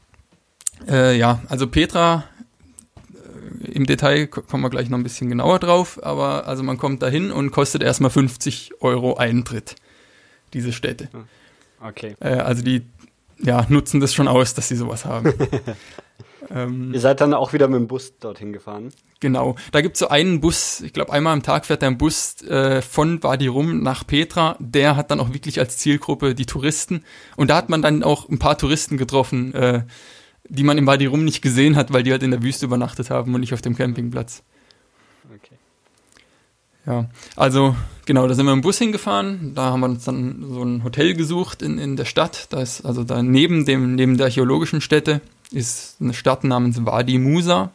äh, ja, also Petra, äh, im Detail kommen wir gleich noch ein bisschen genauer drauf, aber also man kommt da hin und kostet erstmal fünfzig Euro Eintritt. Diese Städte. Okay. Äh, also die ja, nutzen das schon aus, dass sie sowas haben. ähm, Ihr seid dann auch wieder mit dem Bus dorthin gefahren? Genau. Da gibt es so einen Bus, ich glaube einmal am Tag fährt der ein Bus äh, von Wadi Rum nach Petra. Der hat dann auch wirklich als Zielgruppe die Touristen. Und da hat man dann auch ein paar Touristen getroffen, äh, die man im Wadi Rum nicht gesehen hat, weil die halt in der Wüste übernachtet haben und nicht auf dem Campingplatz. Okay. Ja, also genau, da sind wir im Bus hingefahren, da haben wir uns dann so ein Hotel gesucht in, in der Stadt, da ist, also da neben dem, neben der archäologischen Stätte ist eine Stadt namens Wadi Musa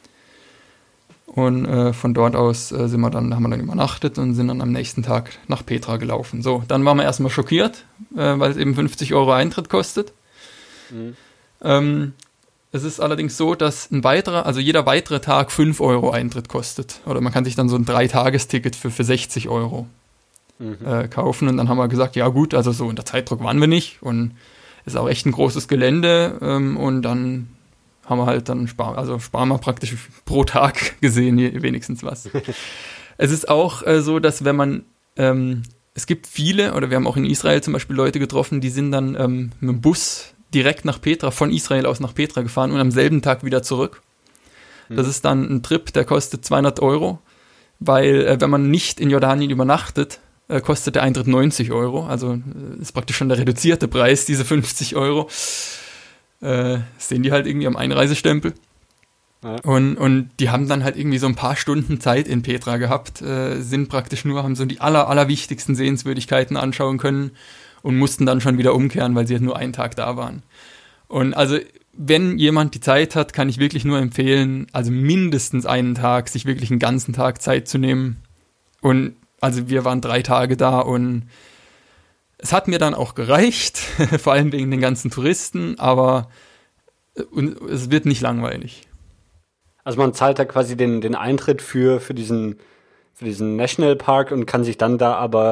und äh, von dort aus äh, sind wir dann, haben wir dann übernachtet und sind dann am nächsten Tag nach Petra gelaufen. So, dann waren wir erstmal schockiert, äh, weil es eben fünfzig Euro Eintritt kostet. Mhm. Ähm, Es ist allerdings so, dass ein weiterer, also jeder weitere Tag fünf Euro Eintritt kostet. Oder man kann sich dann so ein Dreitagesticket für, für sechzig Euro mhm. äh, kaufen. Und dann haben wir gesagt, ja gut, also so unter Zeitdruck waren wir nicht. Und ist auch echt ein großes Gelände. Ähm, und dann haben wir halt dann, spar, also sparen wir praktisch pro Tag gesehen wenigstens was. Es ist auch äh, so, dass wenn man, ähm, es gibt viele, oder wir haben auch in Israel zum Beispiel Leute getroffen, die sind dann ähm, mit dem Bus direkt nach Petra, von Israel aus nach Petra gefahren und am selben Tag wieder zurück. Mhm. Das ist dann ein Trip, der kostet zweihundert Euro, weil äh, wenn man nicht in Jordanien übernachtet, äh, kostet der Eintritt neunzig Euro. Also äh, ist praktisch schon der reduzierte Preis, diese fünfzig Euro. Äh, sehen die halt irgendwie am Einreisestempel. Ja. Und, und die haben dann halt irgendwie so ein paar Stunden Zeit in Petra gehabt, äh, sind praktisch nur, haben so die aller, allerwichtigsten Sehenswürdigkeiten anschauen können und mussten dann schon wieder umkehren, weil sie halt nur einen Tag da waren. Und also, wenn jemand die Zeit hat, kann ich wirklich nur empfehlen, also mindestens einen Tag, sich wirklich einen ganzen Tag Zeit zu nehmen. Und also wir waren drei Tage da und es hat mir dann auch gereicht, vor allem wegen den ganzen Touristen, aber es wird nicht langweilig. Also man zahlt da quasi den, den Eintritt für, für diesen, für diesen Nationalpark und kann sich dann da aber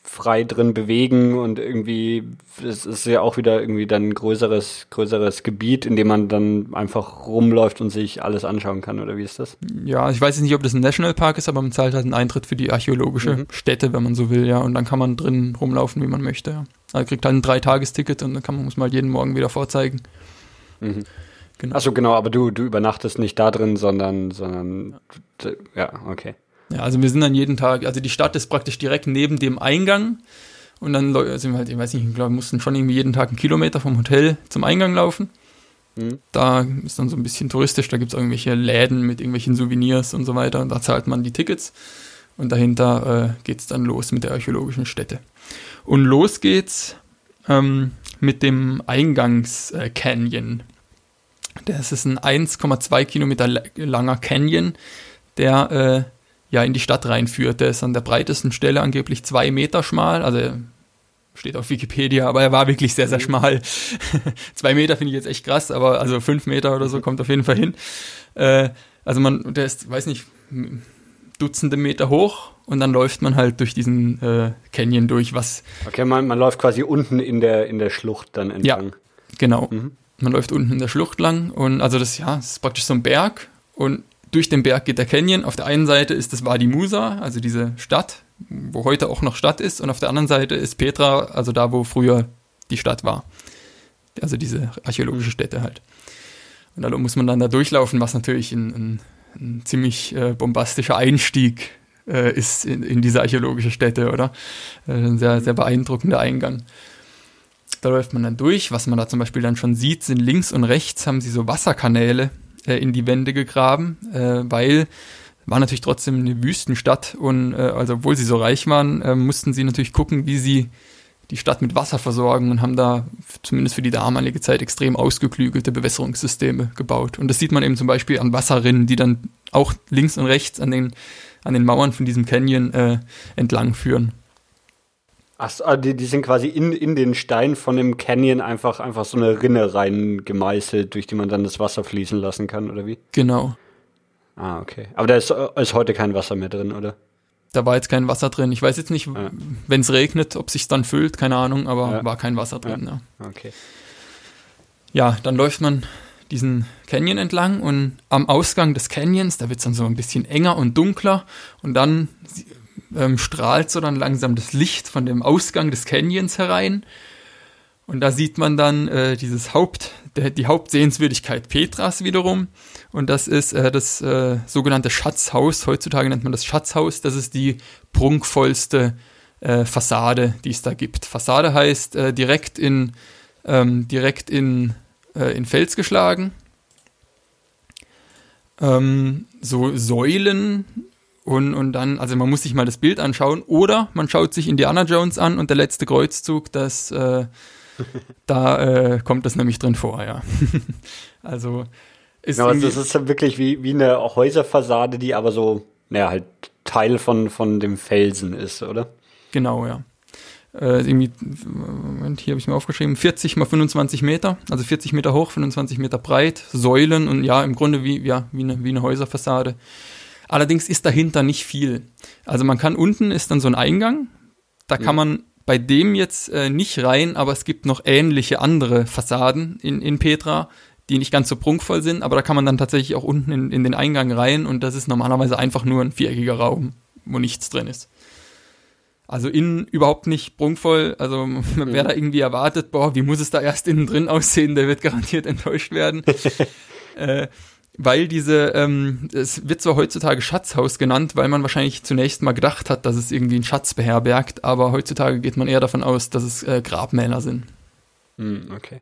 frei drin bewegen und irgendwie, es ist ja auch wieder irgendwie dann ein größeres, größeres Gebiet, in dem man dann einfach rumläuft und sich alles anschauen kann, oder wie ist das? Ja, ich weiß jetzt nicht, ob das ein Nationalpark ist, aber man zahlt halt einen Eintritt für die archäologische mhm. Stätte, wenn man so will, ja, und dann kann man drin rumlaufen, wie man möchte, ja. Also kriegt halt ein Dreitagesticket und dann kann man, muss man halt jeden Morgen wieder vorzeigen. Mhm. Genau. Achso, genau, aber du, du übernachtest nicht da drin, sondern, sondern, ja, ja okay. Ja, also wir sind dann jeden Tag, also die Stadt ist praktisch direkt neben dem Eingang und dann sind wir halt, ich weiß nicht, ich glaube, wir mussten schon irgendwie jeden Tag einen Kilometer vom Hotel zum Eingang laufen. Mhm. Da ist dann so ein bisschen touristisch, da gibt es irgendwelche Läden mit irgendwelchen Souvenirs und so weiter und da zahlt man die Tickets und dahinter äh, geht es dann los mit der archäologischen Stätte. Und los geht's ähm, mit dem Eingangs-Canyon. Das ist ein eins Komma zwei Kilometer langer Canyon, der äh, ja in die Stadt reinführt. Der ist an der breitesten Stelle angeblich zwei Meter schmal, also steht auf Wikipedia, aber er war wirklich sehr, sehr schmal. Zwei Meter finde ich jetzt echt krass, aber also fünf Meter oder so kommt auf jeden Fall hin. Äh, also man, der ist, weiß nicht, Dutzende Meter hoch und dann läuft man halt durch diesen äh, Canyon durch, was... Okay, man, man läuft quasi unten in der, in der Schlucht dann entlang. Ja, genau. Mhm. Man läuft unten in der Schlucht lang und also das, ja, das ist praktisch so ein Berg und durch den Berg geht der Canyon. Auf der einen Seite ist das Wadi Musa, also diese Stadt, wo heute auch noch Stadt ist. Und auf der anderen Seite ist Petra, also da, wo früher die Stadt war. Also diese archäologische Stätte halt. Und da muss man dann da durchlaufen, was natürlich ein, ein, ein ziemlich äh, bombastischer Einstieg äh, ist in, in diese archäologische Stätte, oder? Äh, ein sehr, sehr beeindruckender Eingang. Da läuft man dann durch. Was man da zum Beispiel dann schon sieht, sind links und rechts haben sie so Wasserkanäle in die Wände gegraben, äh, weil war natürlich trotzdem eine Wüstenstadt und äh, also obwohl sie so reich waren, äh, mussten sie natürlich gucken, wie sie die Stadt mit Wasser versorgen und haben da zumindest für die damalige Zeit extrem ausgeklügelte Bewässerungssysteme gebaut. Und das sieht man eben zum Beispiel an Wasserrinnen, die dann auch links und rechts an den, an den Mauern von diesem Canyon äh, entlang führen. Ach, die, die sind quasi in, in den Stein von dem Canyon einfach, einfach so eine Rinne rein gemeißelt, durch die man dann das Wasser fließen lassen kann, oder wie? Genau. Ah, okay. Aber da ist, ist heute kein Wasser mehr drin, oder? Da war jetzt kein Wasser drin. Ich weiß jetzt nicht, ja. wenn es regnet, ob sich's dann füllt, keine Ahnung, aber ja. war kein Wasser drin. Ja. Ja. Okay. Ja, dann läuft man diesen Canyon entlang und am Ausgang des Canyons, da wird es dann so ein bisschen enger und dunkler und dann ähm, strahlt so dann langsam das Licht von dem Ausgang des Canyons herein und da sieht man dann äh, dieses Haupt, der, die Hauptsehenswürdigkeit Petras wiederum und das ist äh, das äh, sogenannte Schatzhaus, heutzutage nennt man das Schatzhaus, das ist die prunkvollste äh, Fassade, die es da gibt. Fassade heißt äh, direkt in ähm, direkt in in Fels geschlagen. Ähm, so Säulen und, und dann, also man muss sich mal das Bild anschauen oder man schaut sich Indiana Jones an und der letzte Kreuzzug, das, äh, da äh, kommt das nämlich drin vor, ja. Also ist genau, also das ist wirklich wie, wie eine Häuserfassade, die aber so, naja, halt Teil von, von dem Felsen ist, oder? Genau, ja. Äh, irgendwie, Moment, hier habe ich mir aufgeschrieben, vierzig mal fünfundzwanzig Meter, also vierzig Meter hoch, fünfundzwanzig Meter breit, Säulen und ja, im Grunde wie, ja, wie, eine, wie eine Häuserfassade. Allerdings ist dahinter nicht viel. Also man kann, unten ist dann so ein Eingang, da kann ja. man bei dem jetzt äh, nicht rein, aber es gibt noch ähnliche andere Fassaden in, in Petra, die nicht ganz so prunkvoll sind, aber da kann man dann tatsächlich auch unten in, in den Eingang rein und das ist normalerweise einfach nur ein viereckiger Raum, wo nichts drin ist. Also innen überhaupt nicht prunkvoll, also wer da irgendwie erwartet, boah, wie muss es da erst innen drin aussehen, der wird garantiert enttäuscht werden. äh, weil diese, ähm, es wird zwar heutzutage Schatzhaus genannt, weil man wahrscheinlich zunächst mal gedacht hat, dass es irgendwie einen Schatz beherbergt, aber heutzutage geht man eher davon aus, dass es äh, Grabmäler sind. Mm, okay.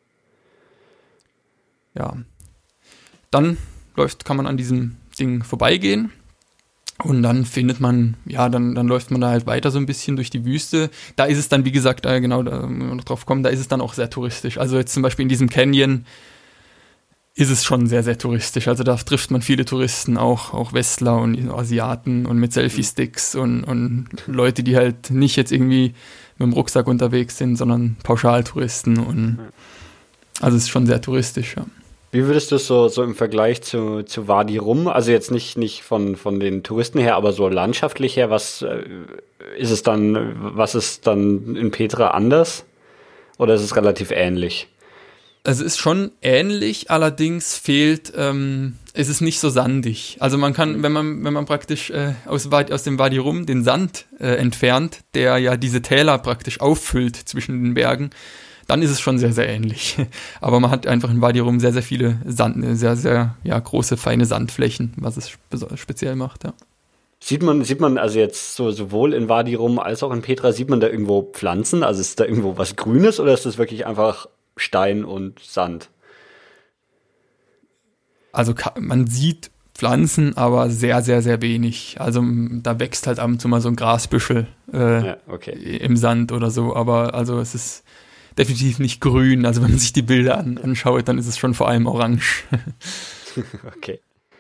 Ja. Dann läuft, kann man an diesem Ding vorbeigehen. Und dann findet man, ja, dann, dann läuft man da halt weiter so ein bisschen durch die Wüste. Da ist es dann, wie gesagt, äh, genau, da wenn wir noch drauf kommen, da ist es dann auch sehr touristisch. Also jetzt zum Beispiel in diesem Canyon ist es schon sehr, sehr touristisch. Also da trifft man viele Touristen, auch, auch Westler und Asiaten und mit Selfie-Sticks und, und Leute, die halt nicht jetzt irgendwie mit dem Rucksack unterwegs sind, sondern Pauschaltouristen. Und also es ist schon sehr touristisch, ja. Wie würdest du es so, so im Vergleich zu, zu Wadi Rum, also jetzt nicht, nicht von, von den Touristen her, aber so landschaftlich her, was, ist es dann, was ist dann in Petra anders? Oder ist es relativ ähnlich? Also es ist schon ähnlich, allerdings fehlt, ähm, es ist nicht so sandig. Also man kann, wenn man wenn man praktisch äh, aus, aus dem Wadi Rum den Sand äh, entfernt, der ja diese Täler praktisch auffüllt zwischen den Bergen, dann ist es schon sehr, sehr ähnlich. Aber man hat einfach in Wadi Rum sehr, sehr viele Sand, sehr, sehr ja, große, feine Sandflächen, was es spe- speziell macht, ja. Sieht man, sieht man also jetzt so sowohl in Wadi Rum als auch in Petra, sieht man da irgendwo Pflanzen? Also ist da irgendwo was Grünes oder ist das wirklich einfach Stein und Sand? Also man sieht Pflanzen, aber sehr, sehr, sehr wenig. Also da wächst halt ab und zu mal so ein Grasbüschel äh, ja, okay. im Sand oder so, aber also es ist definitiv nicht grün. Also wenn man sich die Bilder an, anschaut, dann ist es schon vor allem orange. Okay.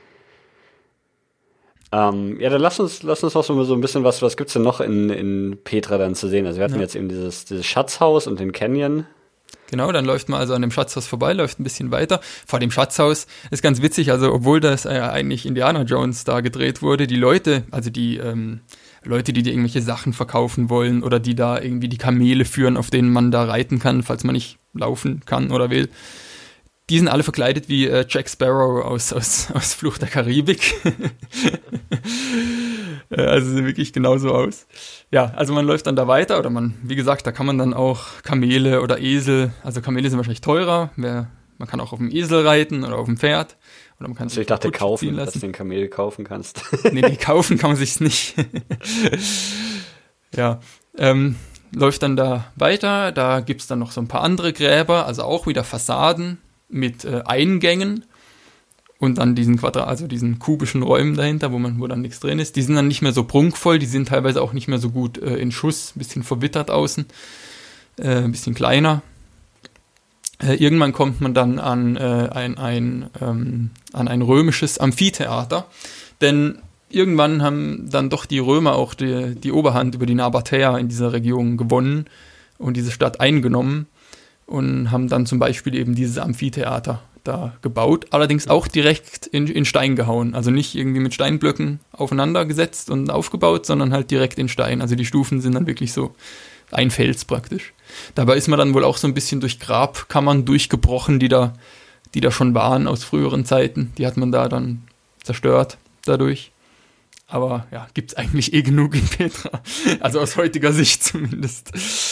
Ähm, ja, dann lass uns, lass uns auch so, so ein bisschen was, was gibt's denn noch in, in Petra dann zu sehen? Also wir hatten ja. jetzt eben dieses, dieses Schatzhaus und den Canyon. Genau, dann läuft man also an dem Schatzhaus vorbei, läuft ein bisschen weiter. Vor dem Schatzhaus ist ganz witzig, also obwohl das äh, eigentlich Indiana Jones da gedreht wurde, die Leute, also die ähm, Leute, die dir irgendwelche Sachen verkaufen wollen oder die da irgendwie die Kamele führen, auf denen man da reiten kann, falls man nicht laufen kann oder will, die sind alle verkleidet wie äh, Jack Sparrow aus, aus, aus Fluch der Karibik. Also sieht wirklich genauso aus. Ja, also man läuft dann da weiter oder man, wie gesagt, da kann man dann auch Kamele oder Esel, also Kamele sind wahrscheinlich teurer, wer, man kann auch auf dem Esel reiten oder auf dem Pferd. Oder man kann also ich dachte kaufen, dass du den Kamel kaufen kannst. Nee, nee, kaufen kann man sich's nicht. Ja, ähm, läuft dann da weiter, da gibt's dann noch so ein paar andere Gräber, also auch wieder Fassaden mit äh, Eingängen. Und dann diesen Quadrat, also diesen kubischen Räumen dahinter, wo man, wo dann nichts drin ist. Die sind dann nicht mehr so prunkvoll, die sind teilweise auch nicht mehr so gut äh, in Schuss, ein bisschen verwittert außen, äh, ein bisschen kleiner. Äh, irgendwann kommt man dann an, äh, ein, ein, ähm, an ein römisches Amphitheater, denn irgendwann haben dann doch die Römer auch die, die Oberhand über die Nabatäer in dieser Region gewonnen und diese Stadt eingenommen und haben dann zum Beispiel eben dieses Amphitheater da gebaut, allerdings auch direkt in, in Stein gehauen. Also nicht irgendwie mit Steinblöcken aufeinander gesetzt und aufgebaut, sondern halt direkt in Stein. Also die Stufen sind dann wirklich so ein Fels praktisch. Dabei ist man dann wohl auch so ein bisschen durch Grabkammern durchgebrochen, die da, die da schon waren aus früheren Zeiten. Die hat man da dann zerstört dadurch. Aber ja, gibt's eigentlich eh genug in Petra. Also aus heutiger Sicht zumindest.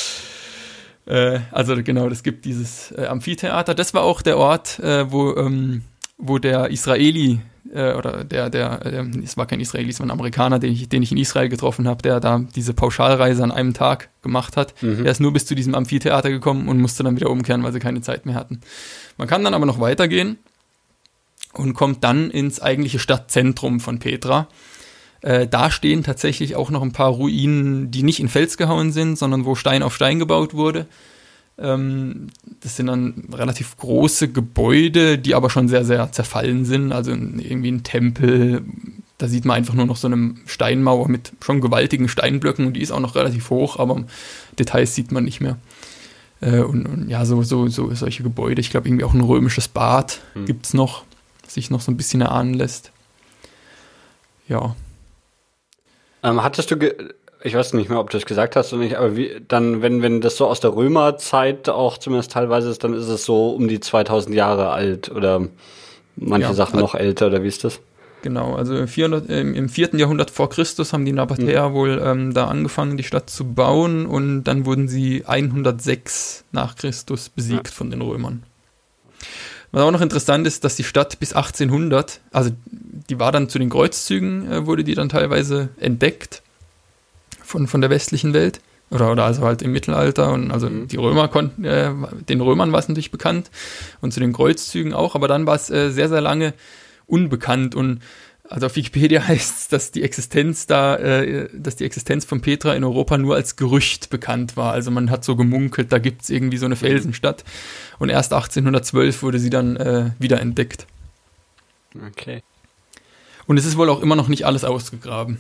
Also genau, es gibt dieses äh, Amphitheater. Das war auch der Ort, äh, wo, ähm, wo der Israeli, äh, oder der, der, äh, es war kein Israeli, es war ein Amerikaner, den ich, den ich in Israel getroffen habe, der da diese Pauschalreise an einem Tag gemacht hat. Mhm. Der ist nur bis zu diesem Amphitheater gekommen und musste dann wieder umkehren, weil sie keine Zeit mehr hatten. Man kann dann aber noch weitergehen und kommt dann ins eigentliche Stadtzentrum von Petra. Äh, da stehen tatsächlich auch noch ein paar Ruinen, die nicht in Fels gehauen sind, sondern wo Stein auf Stein gebaut wurde. Ähm, das sind dann relativ große Gebäude, die aber schon sehr, sehr zerfallen sind. Also irgendwie ein Tempel, da sieht man einfach nur noch so eine Steinmauer mit schon gewaltigen Steinblöcken und die ist auch noch relativ hoch, aber Details sieht man nicht mehr. Äh, und, und ja, so, so, so solche Gebäude. Ich glaube, irgendwie auch ein römisches Bad mhm. gibt es noch, das sich noch so ein bisschen erahnen lässt. Ja. Ähm, hattest du, ge- ich weiß nicht mehr, ob du es gesagt hast oder nicht, aber wie, dann, wenn, wenn das so aus der Römerzeit auch zumindest teilweise ist, dann ist es so um die zweitausend Jahre alt oder manche ja, Sachen noch älter, oder wie ist das? Genau, also vierhundert, äh, im vierten Jahrhundert vor Christus haben die Nabatäer mhm. wohl ähm, da angefangen, die Stadt zu bauen und dann wurden sie hundertsechs nach Christus besiegt ja. von den Römern. Was auch noch interessant ist, dass die Stadt bis achtzehnhundert, also die war dann zu den Kreuzzügen, äh, wurde die dann teilweise entdeckt von, von der westlichen Welt. Oder, oder also halt im Mittelalter. Und also mhm. die Römer konnten, äh, den Römern war es natürlich bekannt und zu den Kreuzzügen auch, aber dann war es äh, sehr, sehr lange unbekannt. Und also auf Wikipedia heißt es, dass die Existenz da, äh, dass die Existenz von Petra in Europa nur als Gerücht bekannt war. Also man hat so gemunkelt, da gibt es irgendwie so eine Felsenstadt. Und erst achtzehnhundertzwölf wurde sie dann äh, wiederentdeckt. Okay. Und es ist wohl auch immer noch nicht alles ausgegraben.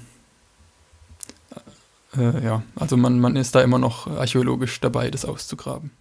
Äh, ja, also man, man ist da immer noch archäologisch dabei, das auszugraben.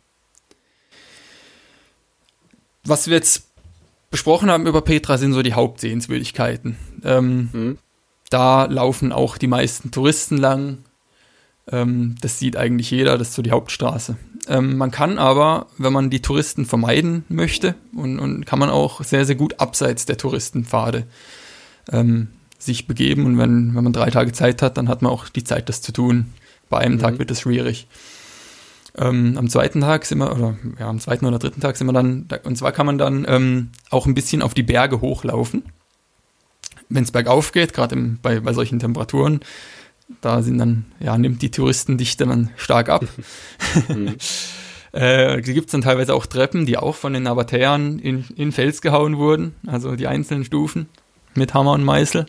Was wir jetzt besprochen haben über Petra, sind so die Hauptsehenswürdigkeiten. Ähm, mhm. Da laufen auch die meisten Touristen lang. Ähm, das sieht eigentlich jeder, das ist so die Hauptstraße. Ähm, man kann aber, wenn man die Touristen vermeiden möchte, und, und kann man auch sehr, sehr gut abseits der Touristenpfade ähm, sich begeben. Und wenn, wenn man drei Tage Zeit hat, dann hat man auch die Zeit, das zu tun. Bei einem mhm. Tag wird es schwierig. Ähm, am zweiten Tag sind wir, oder ja, am zweiten oder dritten Tag sind wir dann, und zwar kann man dann ähm, auch ein bisschen auf die Berge hochlaufen. Wenn es bergauf geht, gerade bei, bei solchen Temperaturen, da sind dann, ja, nimmt die Touristendichte dann stark ab. mhm. äh, gibt es dann teilweise auch Treppen, die auch von den Nabatäern in, in Fels gehauen wurden, also die einzelnen Stufen mit Hammer und Meißel.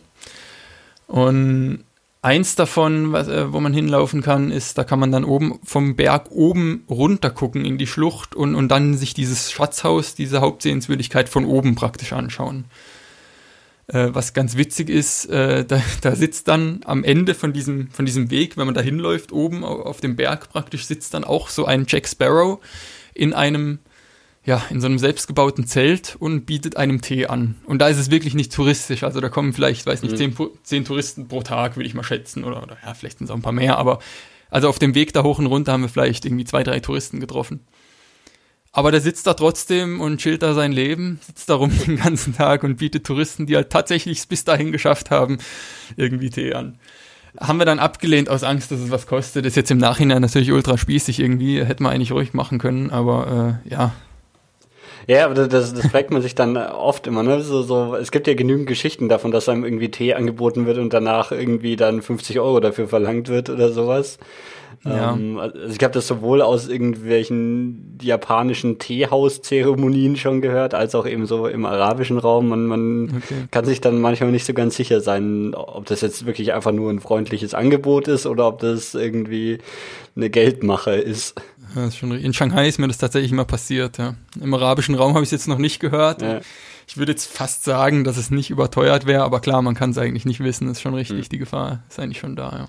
Und eins davon, was, äh, wo man hinlaufen kann, ist, da kann man dann oben vom Berg oben runter gucken in die Schlucht und, und dann sich dieses Schatzhaus, diese Hauptsehenswürdigkeit von oben praktisch anschauen. Äh, was ganz witzig ist, äh, da, da sitzt dann am Ende von diesem, von diesem Weg, wenn man da hinläuft, oben auf, auf dem Berg praktisch, sitzt dann auch so ein Jack Sparrow in einem, ja, in so einem selbstgebauten Zelt und bietet einem Tee an. Und da ist es wirklich nicht touristisch. Also da kommen vielleicht, weiß nicht, mhm. zehn, zehn Touristen pro Tag, würde ich mal schätzen. Oder, oder ja, vielleicht sind es auch ein paar mehr. Aber also auf dem Weg da hoch und runter haben wir vielleicht irgendwie zwei, drei Touristen getroffen. Aber der sitzt da trotzdem und chillt da sein Leben, sitzt da rum den ganzen Tag und bietet Touristen, die halt tatsächlich es bis dahin geschafft haben, irgendwie Tee an. Haben wir dann abgelehnt aus Angst, dass es was kostet. Ist jetzt im Nachhinein natürlich ultra spießig irgendwie. Hätten wir eigentlich ruhig machen können, aber äh, ja. Ja, aber das, das fragt man sich dann oft immer, ne? So, so, es gibt ja genügend Geschichten davon, dass einem irgendwie Tee angeboten wird und danach irgendwie dann fünfzig Euro dafür verlangt wird oder sowas. Ja. Ähm, also ich habe das sowohl aus irgendwelchen japanischen Teehauszeremonien schon gehört, als auch eben so im arabischen Raum. Man, man okay. kann sich dann manchmal nicht so ganz sicher sein, ob das jetzt wirklich einfach nur ein freundliches Angebot ist oder ob das irgendwie eine Geldmache ist. Ja, ist schon, in Shanghai ist mir das tatsächlich immer passiert. Ja. Im arabischen Raum habe ich es jetzt noch nicht gehört. Ja. Ich würde jetzt fast sagen, dass es nicht überteuert wäre, aber klar, man kann es eigentlich nicht wissen. Das ist schon richtig, hm. die Gefahr ist eigentlich schon da. Ja,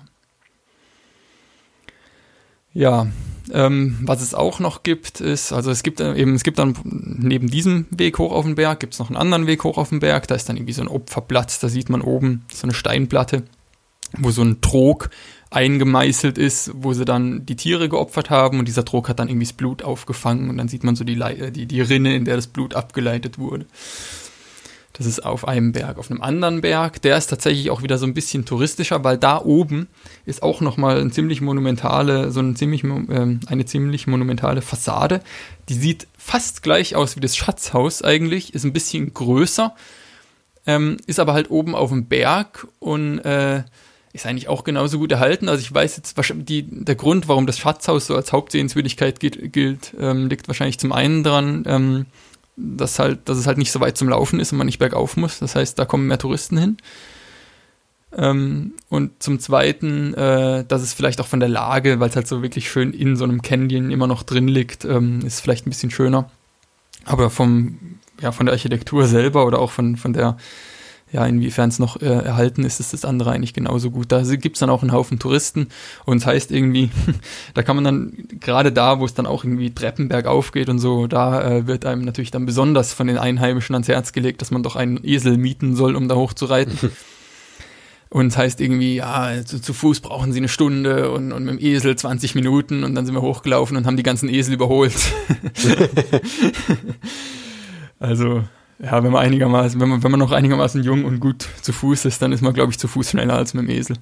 ja ähm, was es auch noch gibt, ist, also es gibt äh, eben, es gibt dann neben diesem Weg hoch auf den Berg, gibt es noch einen anderen Weg hoch auf den Berg. Da ist dann irgendwie so ein Opferplatz, da sieht man oben so eine Steinplatte, wo so ein Trog eingemeißelt ist, wo sie dann die Tiere geopfert haben und dieser Trog hat dann irgendwie das Blut aufgefangen und dann sieht man so die, Le- die, die Rinne, in der das Blut abgeleitet wurde. Das ist auf einem Berg. Auf einem anderen Berg, der ist tatsächlich auch wieder so ein bisschen touristischer, weil da oben ist auch nochmal ein ziemlich monumentale, so ein ziemlich, ähm, eine ziemlich monumentale Fassade. Die sieht fast gleich aus wie das Schatzhaus eigentlich, ist ein bisschen größer, ähm, ist aber halt oben auf dem Berg und äh, ist eigentlich auch genauso gut erhalten. Also ich weiß jetzt, die, der Grund, warum das Schatzhaus so als Hauptsehenswürdigkeit gilt, gilt ähm, liegt wahrscheinlich zum einen daran, ähm, dass, halt, dass es halt nicht so weit zum Laufen ist und man nicht bergauf muss. Das heißt, da kommen mehr Touristen hin. Ähm, und zum Zweiten, äh, dass es vielleicht auch von der Lage, weil es halt so wirklich schön in so einem Canyon immer noch drin liegt, ähm, ist vielleicht ein bisschen schöner. Aber vom, ja, von der Architektur selber oder auch von, von der ja, inwiefern es noch äh, erhalten ist, ist das andere eigentlich genauso gut. Da gibt es dann auch einen Haufen Touristen und es heißt irgendwie, da kann man dann, gerade da, wo es dann auch irgendwie Treppen bergauf geht und so, da äh, wird einem natürlich dann besonders von den Einheimischen ans Herz gelegt, dass man doch einen Esel mieten soll, um da hochzureiten. Und es heißt irgendwie, ja, zu, zu Fuß brauchen sie eine Stunde und, und mit dem Esel zwanzig Minuten und dann sind wir hochgelaufen und haben die ganzen Esel überholt. Also ja, wenn man einigermaßen, wenn man, wenn man noch einigermaßen jung und gut zu Fuß ist, dann ist man, glaube ich, zu Fuß schneller als mit dem Esel.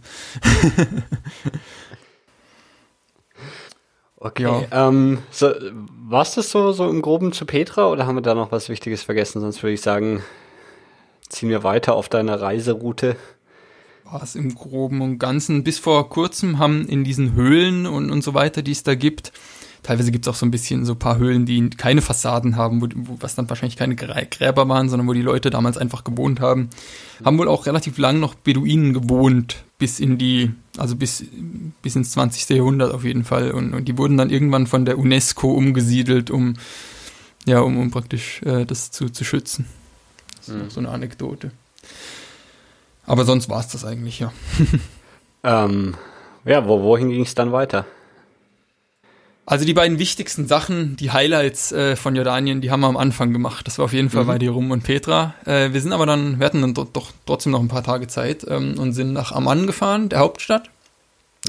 Okay, ja. ähm, so, war es das so, so im Groben zu Petra oder haben wir da noch was Wichtiges vergessen? Sonst würde ich sagen, ziehen wir weiter auf deiner Reiseroute. War es im Groben und Ganzen. Bis vor kurzem haben in diesen Höhlen und, und so weiter, die es da gibt, teilweise gibt es auch so ein bisschen so ein paar Höhlen, die keine Fassaden haben, wo, wo, was dann wahrscheinlich keine Gräber waren, sondern wo die Leute damals einfach gewohnt haben. Haben wohl auch relativ lang noch Beduinen gewohnt, bis in die, also bis, bis ins zwanzigste Jahrhundert auf jeden Fall. Und, und die wurden dann irgendwann von der UNESCO umgesiedelt, um, ja, um, um praktisch äh, das zu, zu schützen. Das ist mhm. so eine Anekdote. Aber sonst war es das eigentlich, ja. ähm, ja, wo, wohin ging es dann weiter? Also die beiden wichtigsten Sachen, die Highlights äh, von Jordanien, die haben wir am Anfang gemacht. Das war auf jeden Fall mhm. Wadi Rum und Petra. Äh, wir sind aber dann, wir hatten dann do- doch trotzdem noch ein paar Tage Zeit ähm, und sind nach Amman gefahren, der Hauptstadt.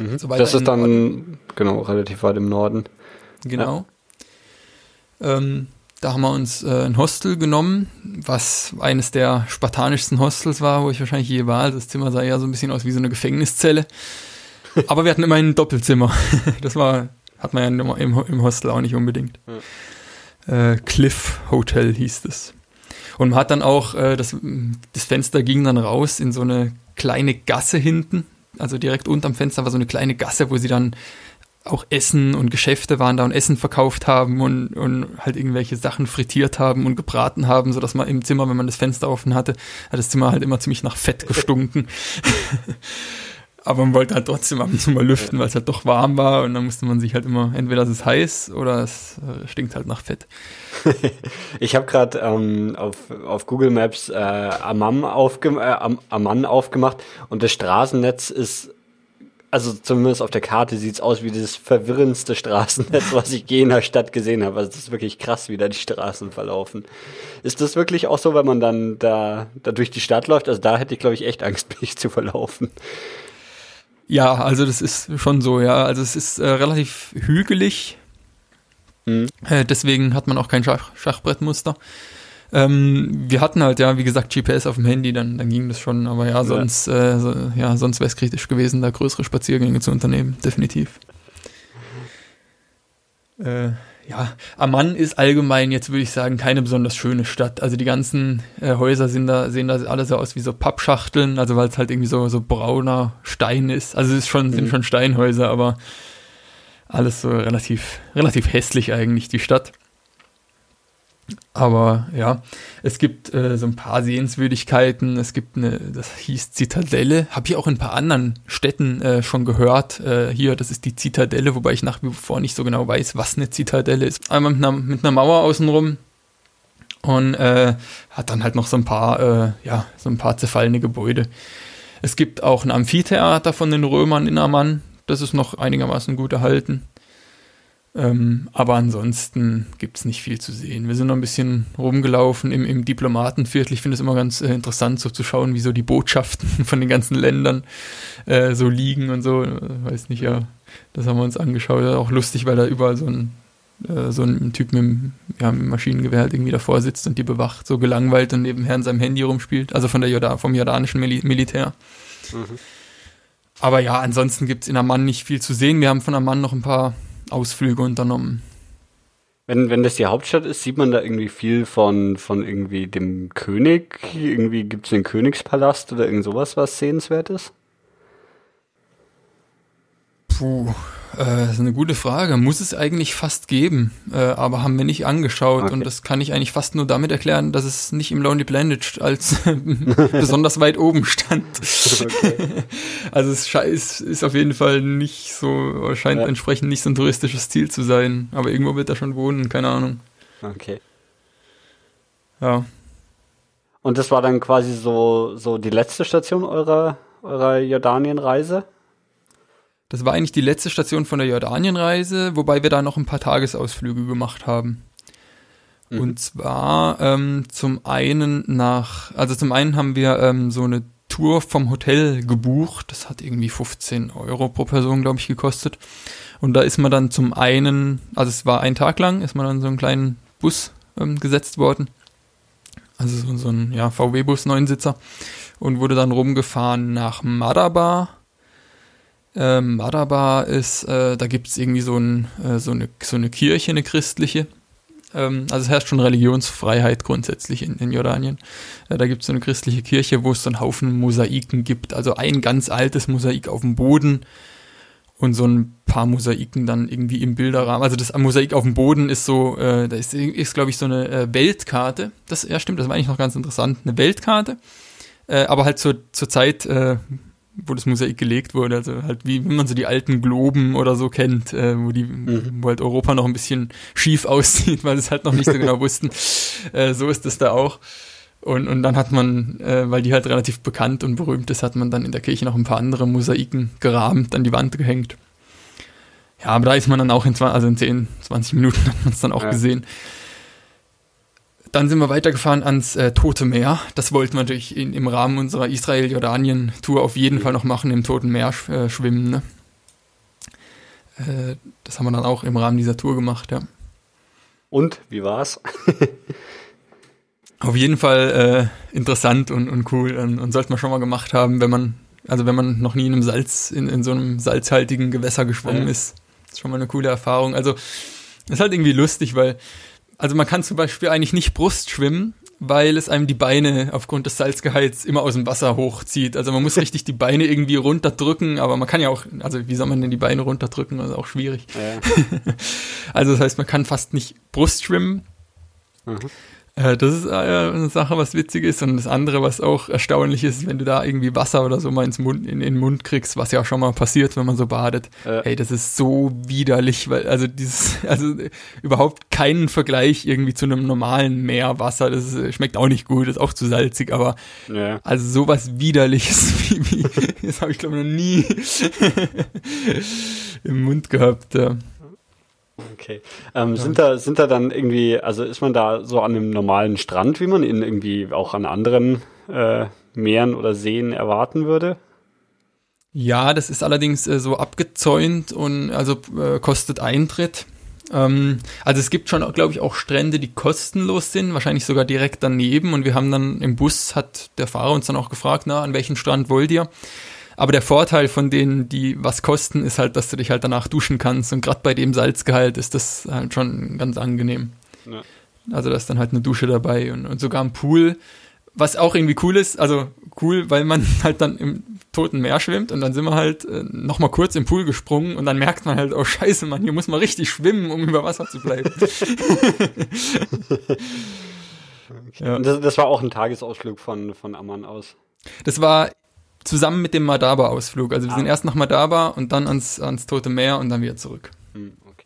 Mhm. So das ist dann, Norden. Genau, relativ weit im Norden. Genau. Ja. Ähm, da haben wir uns äh, ein Hostel genommen, was eines der spartanischsten Hostels war, wo ich wahrscheinlich je war. Das Zimmer sah ja so ein bisschen aus wie so eine Gefängniszelle. Aber wir hatten immerhin ein Doppelzimmer. Das war, hat man ja im, im Hostel auch nicht unbedingt. Ja. Äh, Cliff Hotel hieß es. Und man hat dann auch, äh, das, das Fenster ging dann raus in so eine kleine Gasse hinten. Also direkt unterm Fenster war so eine kleine Gasse, wo sie dann auch Essen und Geschäfte waren da und Essen verkauft haben und, und halt irgendwelche Sachen frittiert haben und gebraten haben, sodass man im Zimmer, wenn man das Fenster offen hatte, hat das Zimmer halt immer ziemlich nach Fett gestunken. Aber man wollte halt trotzdem ab und zu mal lüften, weil es halt doch warm war und dann musste man sich halt immer, entweder es ist heiß oder es äh, stinkt halt nach Fett. Ich habe gerade ähm, auf, auf Google Maps äh, Amman, aufge- äh, Amman aufgemacht und das Straßennetz ist, also zumindest auf der Karte sieht es aus wie das verwirrendste Straßennetz, was ich je in der Stadt gesehen habe. Also das ist wirklich krass, wie da die Straßen verlaufen. Ist das wirklich auch so, wenn man dann da, da durch die Stadt läuft? Also da hätte ich, glaube ich, echt Angst, mich zu verlaufen. Ja, also das ist schon so, ja. Also es ist äh, relativ hügelig. Mhm. Äh, deswegen hat man auch kein Schach- Schachbrettmuster. Ähm, wir hatten halt, ja, wie gesagt, G P S auf dem Handy, dann, dann ging das schon. Aber ja, sonst, ja. Äh, so, ja, sonst wäre es kritisch gewesen, da größere Spaziergänge zu unternehmen. Definitiv. Äh, ja, Amman ist allgemein jetzt, würde ich sagen, keine besonders schöne Stadt. Also die ganzen äh, Häuser sind da, sehen da alle so aus wie so Pappschachteln, also weil es halt irgendwie so, so brauner Stein ist. Also es ist schon, mhm. sind schon Steinhäuser, aber alles so relativ, relativ hässlich eigentlich, die Stadt. Aber ja, es gibt äh, so ein paar Sehenswürdigkeiten. Es gibt eine, das hieß Zitadelle. Habe ich auch in ein paar anderen Städten äh, schon gehört. Äh, hier, das ist die Zitadelle, wobei ich nach wie vor nicht so genau weiß, was eine Zitadelle ist. Einmal mit einer, mit einer Mauer außenrum und äh, hat dann halt noch so ein paar, äh, ja, so ein paar zerfallene Gebäude. Es gibt auch ein Amphitheater von den Römern in Amman. Das ist noch einigermaßen gut erhalten. Ähm, aber ansonsten gibt es nicht viel zu sehen. Wir sind noch ein bisschen rumgelaufen im, im Diplomatenviertel. Ich finde es immer ganz äh, interessant, so zu schauen, wie so die Botschaften von den ganzen Ländern äh, so liegen und so. Äh, weiß nicht, ja, das haben wir uns angeschaut. Auch lustig, weil da überall so ein, äh, so ein Typ mit dem, ja, mit dem Maschinengewehr halt irgendwie davor sitzt und die bewacht, so gelangweilt und nebenher in seinem Handy rumspielt. Also von der Jordan, vom jordanischen Mil- Militär. Mhm. Aber ja, ansonsten gibt es in Amman nicht viel zu sehen. Wir haben von Amman noch ein paar Ausflüge unternommen. Wenn, wenn das die Hauptstadt ist, sieht man da irgendwie viel von, von irgendwie dem König? Irgendwie gibt es den Königspalast oder irgend sowas, was sehenswert ist? Puh, äh, das ist eine gute Frage. Muss es eigentlich fast geben, äh, aber haben wir nicht angeschaut. Okay. Und das kann ich eigentlich fast nur damit erklären, dass es nicht im Lonely Planet als besonders weit oben stand. Okay. Also es ist, ist auf jeden Fall nicht so, scheint ja. entsprechend nicht so ein touristisches Ziel zu sein. Aber irgendwo wird er schon wohnen, keine Ahnung. Okay. Ja. Und das war dann quasi so, so die letzte Station eurer, eurer Jordanien-Reise? Das war eigentlich die letzte Station von der Jordanien-Reise, wobei wir da noch ein paar Tagesausflüge gemacht haben. Mhm. Und zwar ähm, zum einen nach, also zum einen haben wir ähm, so eine Tour vom Hotel gebucht. Das hat irgendwie fünfzehn Euro pro Person, glaube ich, gekostet. Und da ist man dann zum einen, also es war ein Tag lang, ist man dann so einen kleinen Bus ähm, gesetzt worden. Also so, so ein ja, V W-Bus, Neunsitzer. Und wurde dann rumgefahren nach Madaba. Ähm, Madaba ist, äh, da gibt es irgendwie so, ein, äh, so, eine, so eine Kirche, eine christliche. Ähm, also es herrscht schon Religionsfreiheit grundsätzlich in, in Jordanien. Äh, da gibt es so eine christliche Kirche, wo es so einen Haufen Mosaiken gibt. Also ein ganz altes Mosaik auf dem Boden und so ein paar Mosaiken dann irgendwie im Bilderrahmen. Also das Mosaik auf dem Boden ist so, äh, da ist, ist glaube ich, so eine äh, Weltkarte. Das, ja stimmt, das war eigentlich noch ganz interessant. Eine Weltkarte, äh, aber halt zur, zur Zeit, äh, wo das Mosaik gelegt wurde, also halt wie wenn man so die alten Globen oder so kennt, äh, wo die, mhm. wo halt Europa noch ein bisschen schief aussieht, weil sie es halt noch nicht so genau wussten. Äh, so ist es da auch. Und, und dann hat man, äh, weil die halt relativ bekannt und berühmt ist, hat man dann in der Kirche noch ein paar andere Mosaiken gerahmt, an die Wand gehängt. Ja, aber da ist man dann auch in, also in zehn, zwanzig Minuten hat man es dann auch ja. gesehen. Dann sind wir weitergefahren ans äh, Tote Meer. Das wollten wir natürlich in, im Rahmen unserer Israel-Jordanien-Tour auf jeden Fall noch machen, im Toten Meer äh, schwimmen. Ne? Äh, das haben wir dann auch im Rahmen dieser Tour gemacht, ja. Und, wie war's? Auf jeden Fall äh, interessant und, und cool und, und sollte man schon mal gemacht haben, wenn man, also wenn man noch nie in einem Salz, in, in so einem salzhaltigen Gewässer geschwommen ja. ist. Das ist schon mal eine coole Erfahrung. Also, das ist halt irgendwie lustig, weil, also man kann zum Beispiel eigentlich nicht Brust schwimmen, weil es einem die Beine aufgrund des Salzgehalts immer aus dem Wasser hochzieht. Also man muss richtig die Beine irgendwie runterdrücken, aber man kann ja auch, also wie soll man denn die Beine runterdrücken? Das ist auch schwierig. Ja. Also das heißt, man kann fast nicht Brust schwimmen. Mhm. Äh, das ist äh, eine Sache, was witzig ist. Und das andere, was auch erstaunlich ist, wenn du da irgendwie Wasser oder so mal ins Mund, in, in den Mund kriegst, was ja auch schon mal passiert, wenn man so badet. Ja. Hey, das ist so widerlich, weil also dieses, also überhaupt keinen Vergleich irgendwie zu einem normalen Meerwasser. Das ist, schmeckt auch nicht gut, ist auch zu salzig, aber Ja. also sowas Widerliches wie, wie das habe ich glaube noch nie im Mund gehabt. Ja. Okay. Ähm, sind da, sind da dann irgendwie, also ist man da so an einem normalen Strand, wie man ihn irgendwie auch an anderen äh, Meeren oder Seen erwarten würde? Ja, das ist allerdings äh, so abgezäunt und also äh, kostet Eintritt. Ähm, also es gibt schon, glaube ich, auch Strände, die kostenlos sind, wahrscheinlich sogar direkt daneben. Und wir haben dann im Bus, hat der Fahrer uns dann auch gefragt, na, an welchen Strand wollt ihr? Aber der Vorteil von denen, die was kosten, ist halt, dass du dich halt danach duschen kannst. Und gerade bei dem Salzgehalt ist das halt schon ganz angenehm. Ja. Also da ist dann halt eine Dusche dabei und, und sogar ein Pool, was auch irgendwie cool ist. Also cool, weil man halt dann im Toten Meer schwimmt und dann sind wir halt äh, nochmal kurz im Pool gesprungen und dann merkt man halt, oh scheiße, Mann, hier muss man richtig schwimmen, um über Wasser zu bleiben. Okay. Ja. Und das, das war auch ein Tagesausflug von, von Amman aus. Das war zusammen mit dem Madaba-Ausflug. Also wir Ah. sind erst nach Madaba und dann ans, ans Tote Meer und dann wieder zurück. Hm, okay.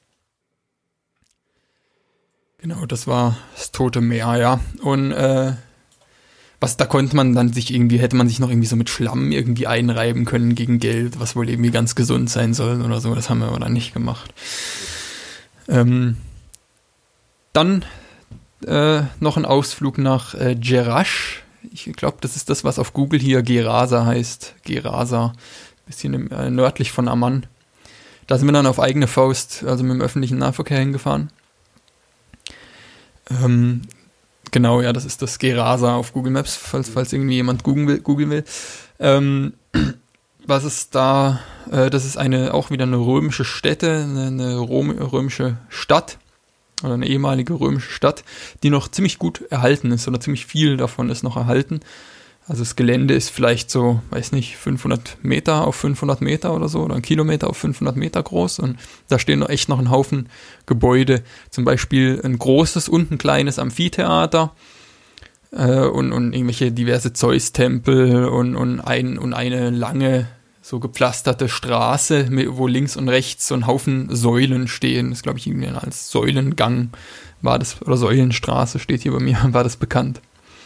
Genau, das war das Tote Meer, ja. Und äh, was, da konnte man dann sich irgendwie, hätte man sich noch irgendwie so mit Schlamm irgendwie einreiben können gegen Geld, was wohl irgendwie ganz gesund sein soll oder so. Das haben wir aber dann nicht gemacht. Ähm, dann äh, noch ein Ausflug nach äh, Jerash. Ich glaube, das ist das, was auf Google hier Gerasa heißt. Gerasa, bisschen im, äh, nördlich von Amman. Da sind wir dann auf eigene Faust, also mit dem öffentlichen Nahverkehr hingefahren. Ähm, genau, ja, das ist das Gerasa auf Google Maps, falls, falls irgendwie jemand googeln will. Googeln will. Ähm, was ist da? Äh, das ist eine auch wieder eine römische Stätte, eine, eine Rom, römische Stadt. Oder eine ehemalige römische Stadt, die noch ziemlich gut erhalten ist oder ziemlich viel davon ist noch erhalten. Also das Gelände ist vielleicht so, weiß nicht, fünfhundert Meter auf fünfhundert Meter oder so oder ein Kilometer auf fünfhundert Meter groß und da stehen noch echt noch ein Haufen Gebäude, zum Beispiel ein großes und ein kleines Amphitheater äh, und, und irgendwelche diverse Zeus-Tempel und, und, ein, und eine lange so gepflasterte Straße, wo links und rechts so ein Haufen Säulen stehen. Das glaube ich irgendwie als Säulengang war das, oder Säulenstraße steht hier bei mir, war das bekannt.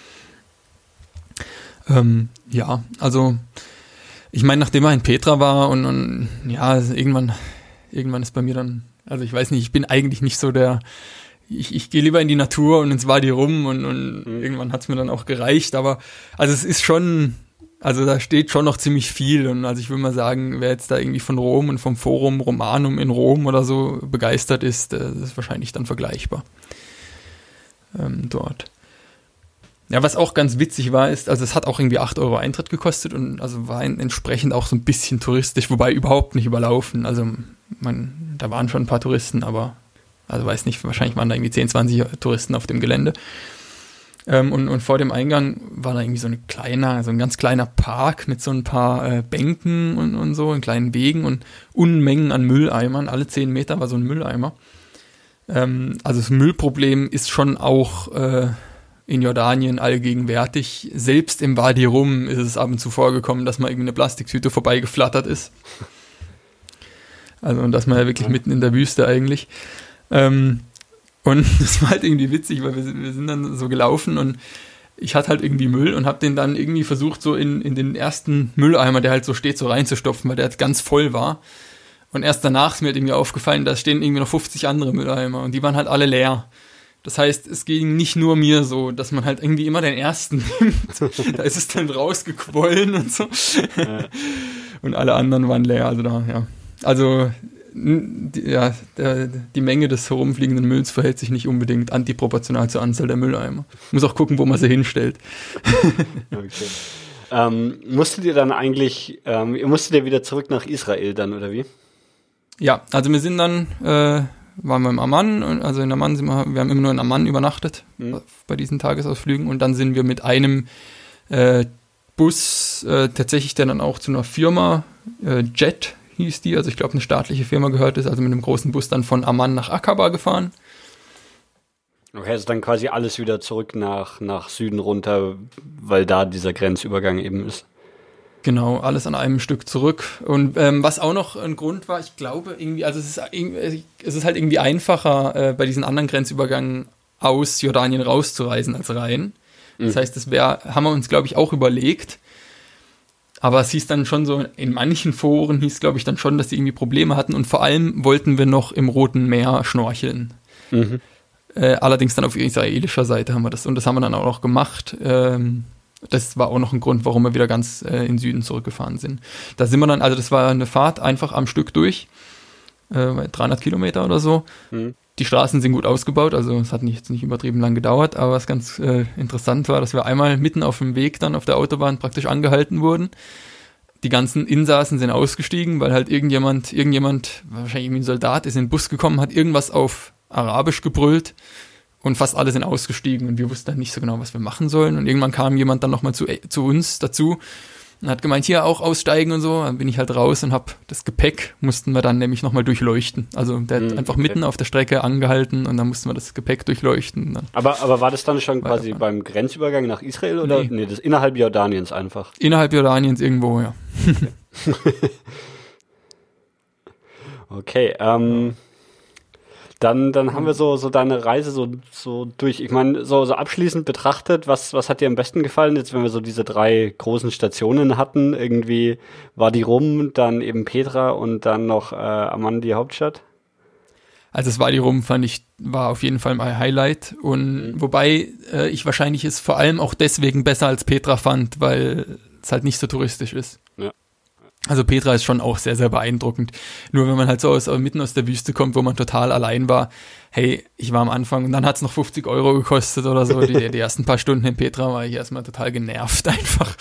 Ähm, ja, also ich meine, nachdem er in Petra war und, und ja, also irgendwann, irgendwann ist bei mir dann, also ich weiß nicht, ich bin eigentlich nicht so der, ich, ich gehe lieber in die Natur und ins Wadi rum und, und mhm. irgendwann hat es mir dann auch gereicht, aber also es ist schon, also da steht schon noch ziemlich viel und also ich würde mal sagen, wer jetzt da irgendwie von Rom und vom Forum Romanum in Rom oder so begeistert ist, das ist wahrscheinlich dann vergleichbar ähm, dort. Ja, was auch ganz witzig war, ist, also es hat auch irgendwie acht Euro Eintritt gekostet und also war entsprechend auch so ein bisschen touristisch, wobei überhaupt nicht überlaufen. Also man, da waren schon ein paar Touristen, aber also weiß nicht, wahrscheinlich waren da irgendwie zehn, zwanzig Touristen auf dem Gelände. Ähm, und, und vor dem Eingang war da irgendwie so ein kleiner, so ein ganz kleiner Park mit so ein paar äh, Bänken und, und so, in kleinen Wegen und Unmengen an Mülleimern. Alle zehn Meter war so ein Mülleimer. Ähm, also das Müllproblem ist schon auch äh, in Jordanien allgegenwärtig. Selbst im Wadi Rum ist es ab und zu vorgekommen, dass mal irgendwie eine Plastiktüte vorbeigeflattert ist. Also und dass man ja wirklich mitten in der Wüste eigentlich. Ähm, Und das war halt irgendwie witzig, weil wir, wir sind dann so gelaufen und ich hatte halt irgendwie Müll und habe den dann irgendwie versucht, so in, in den ersten Mülleimer, der halt so steht, so reinzustopfen, weil der halt ganz voll war. Und erst danach ist mir halt irgendwie aufgefallen, da stehen irgendwie noch fünfzig andere Mülleimer und die waren halt alle leer. Das heißt, es ging nicht nur mir so, dass man halt irgendwie immer den ersten nimmt. Da ist es dann rausgequollen und so. Ja. Und alle anderen waren leer, also da, ja. Also ja, der, die Menge des herumfliegenden Mülls verhält sich nicht unbedingt antiproportional zur Anzahl der Mülleimer. Muss auch gucken, wo man sie hinstellt. Okay. Ähm, musstet ihr dann eigentlich, ähm, ihr musstet ihr wieder zurück nach Israel dann, oder wie? Ja, also wir sind dann, äh, waren wir im Amman, also in Amman sind wir, wir haben immer nur in Amman übernachtet, mhm. bei diesen Tagesausflügen, und dann sind wir mit einem äh, Bus, äh, tatsächlich der dann auch zu einer Firma, äh, Jet hieß die, also ich glaube eine staatliche Firma gehört ist, also mit einem großen Bus dann von Amman nach Aqaba gefahren. Okay, also dann quasi alles wieder zurück nach, nach Süden runter, weil da dieser Grenzübergang eben ist. Genau, alles an einem Stück zurück. Und ähm, was auch noch ein Grund war, ich glaube irgendwie, also es ist, es ist halt irgendwie einfacher, äh, bei diesen anderen Grenzübergängen aus Jordanien rauszureisen als rein. Das heißt, das wäre, haben wir uns, glaube ich, auch überlegt. Aber es hieß dann schon so, in manchen Foren hieß, glaube ich, dann schon, dass die irgendwie Probleme hatten. Und vor allem wollten wir noch im Roten Meer schnorcheln. Mhm. Äh, allerdings dann auf israelischer Seite haben wir das. Und das haben wir dann auch noch gemacht. Ähm, das war auch noch ein Grund, warum wir wieder ganz äh, in Süden zurückgefahren sind. Da sind wir dann, also das war eine Fahrt einfach am Stück durch. Äh, dreihundert Kilometer oder so. Mhm. Die Straßen sind gut ausgebaut, also es hat nicht, nicht übertrieben lang gedauert, aber was ganz äh, interessant war, dass wir einmal mitten auf dem Weg dann auf der Autobahn praktisch angehalten wurden. Die ganzen Insassen sind ausgestiegen, weil halt irgendjemand, irgendjemand, wahrscheinlich irgendwie ein Soldat, ist in den Bus gekommen, hat irgendwas auf Arabisch gebrüllt und fast alle sind ausgestiegen und wir wussten dann nicht so genau, was wir machen sollen. Und irgendwann kam jemand dann nochmal zu, äh, zu uns dazu und hat gemeint, hier auch aussteigen und so. Dann bin ich halt raus und hab das Gepäck, mussten wir dann nämlich nochmal durchleuchten. Also der hat mm, einfach okay. mitten auf der Strecke angehalten und dann mussten wir das Gepäck durchleuchten. Dann aber, aber war das dann schon quasi beim Grenzübergang nach Israel oder? Nee, nee das innerhalb Jordaniens einfach. Innerhalb Jordaniens irgendwo, ja. Okay, okay ähm... Dann, dann haben wir so, so deine Reise so, so durch. Ich meine, so, so abschließend betrachtet, was, was hat dir am besten gefallen? Jetzt, wenn wir so diese drei großen Stationen hatten, irgendwie war die rum, dann eben Petra und dann noch äh, Amman, die Hauptstadt? Also es war die rum, fand ich, war auf jeden Fall mein Highlight. Und mhm. wobei äh, ich wahrscheinlich es vor allem auch deswegen besser als Petra fand, weil es halt nicht so touristisch ist. Ja. Also Petra ist schon auch sehr, sehr beeindruckend. Nur wenn man halt so aus, mitten aus der Wüste kommt, wo man total allein war, hey, ich war am Anfang und dann hat es noch fünfzig Euro gekostet oder so. Die, die ersten paar Stunden in Petra war ich erstmal total genervt einfach.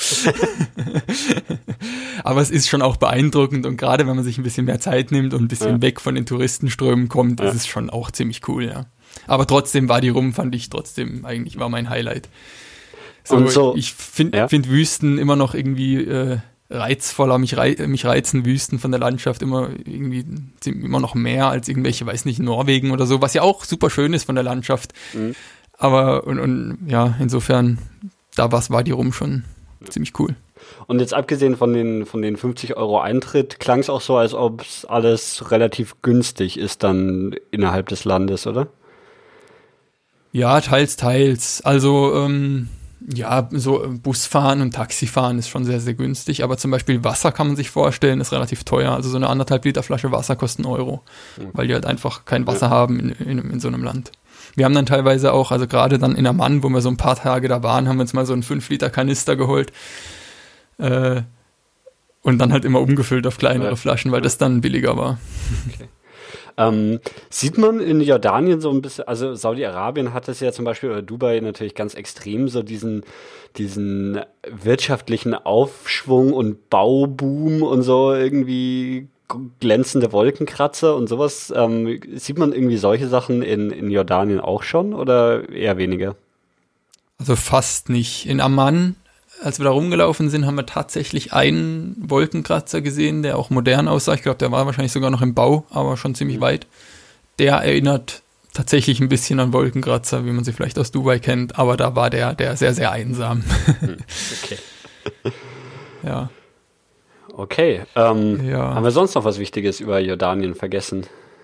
Aber es ist schon auch beeindruckend und gerade wenn man sich ein bisschen mehr Zeit nimmt und ein bisschen ja. weg von den Touristenströmen kommt, ja. ist es schon auch ziemlich cool, ja. Aber trotzdem war die rum, fand ich trotzdem, eigentlich war mein Highlight. So, und so ich finde ja. find Wüsten immer noch irgendwie äh, reizvoller, mich, rei- mich reizen Wüsten von der Landschaft immer irgendwie immer noch mehr als irgendwelche, weiß nicht, Norwegen oder so, was ja auch super schön ist von der Landschaft. Mhm. Aber und, und ja, insofern, da was war die rum schon ja. ziemlich cool. Und jetzt abgesehen von den, von den fünfzig Euro Eintritt, klang es auch so, als ob es alles relativ günstig ist dann innerhalb des Landes, oder? Ja, teils, teils. Also, ähm, ja, so Busfahren und Taxifahren ist schon sehr, sehr günstig, aber zum Beispiel Wasser kann man sich vorstellen, ist relativ teuer. Also so eine anderthalb Liter Flasche Wasser kostet einen Euro, mhm. weil die halt einfach kein Wasser ja. haben in, in, in so einem Land. Wir haben dann teilweise auch, also gerade dann in Amman, wo wir so ein paar Tage da waren, haben wir uns mal so einen fünf Liter Kanister geholt äh, und dann halt immer umgefüllt auf kleinere ja. Flaschen, weil das dann billiger war. Okay. Ähm, sieht man in Jordanien so ein bisschen, also Saudi-Arabien hat es ja zum Beispiel, oder Dubai natürlich ganz extrem, so diesen, diesen wirtschaftlichen Aufschwung und Bauboom und so irgendwie glänzende Wolkenkratzer und sowas. Ähm, sieht man irgendwie solche Sachen in, in Jordanien auch schon oder eher weniger? Also fast nicht. In Amman, als wir da rumgelaufen sind, haben wir tatsächlich einen Wolkenkratzer gesehen, der auch modern aussah. Ich glaube, der war wahrscheinlich sogar noch im Bau, aber schon ziemlich mhm. weit. Der erinnert tatsächlich ein bisschen an Wolkenkratzer, wie man sie vielleicht aus Dubai kennt, aber da war der, der sehr, sehr einsam. Okay. Ja. Okay. Ähm, ja. Haben wir sonst noch was Wichtiges über Jordanien vergessen?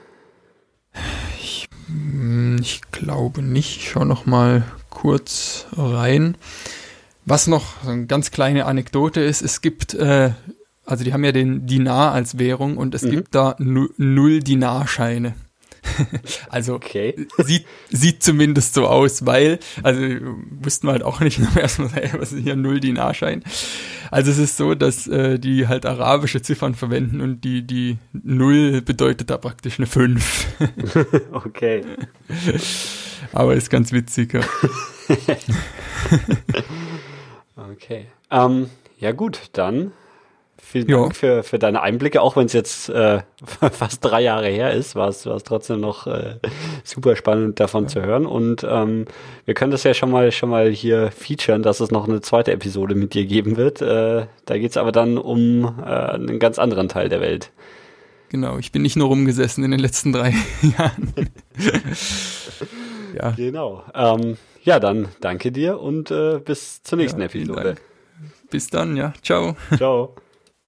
Ich, ich glaube nicht. Ich schaue noch mal kurz rein. Was noch so eine ganz kleine Anekdote ist, es gibt, äh, also die haben ja den Dinar als Währung und es mhm. gibt da nu- null Dinarscheine. Also Okay. sieht, sieht zumindest so aus, weil, also wussten wir halt auch nicht noch erstmal, hey, was ist hier null Dinarschein? Also es ist so, dass äh, die halt arabische Ziffern verwenden und die, die null bedeutet da praktisch eine fünf. Okay. Aber ist ganz witzig, ja. Okay. Ähm, ja gut, dann vielen Ja. Dank für, für deine Einblicke, auch wenn es jetzt äh, fast drei Jahre her ist, war es war es trotzdem noch äh, super spannend davon ja. zu hören. Und ähm, wir können das ja schon mal schon mal hier featuren, dass es noch eine zweite Episode mit dir geben wird. Äh, da geht es aber dann um äh, einen ganz anderen Teil der Welt. Genau, ich bin nicht nur rumgesessen in den letzten drei Jahren. Ja. Genau. Ähm, ja, dann danke dir und äh, bis zur nächsten ja, Episode. Bis dann, ja. Ciao. Ciao.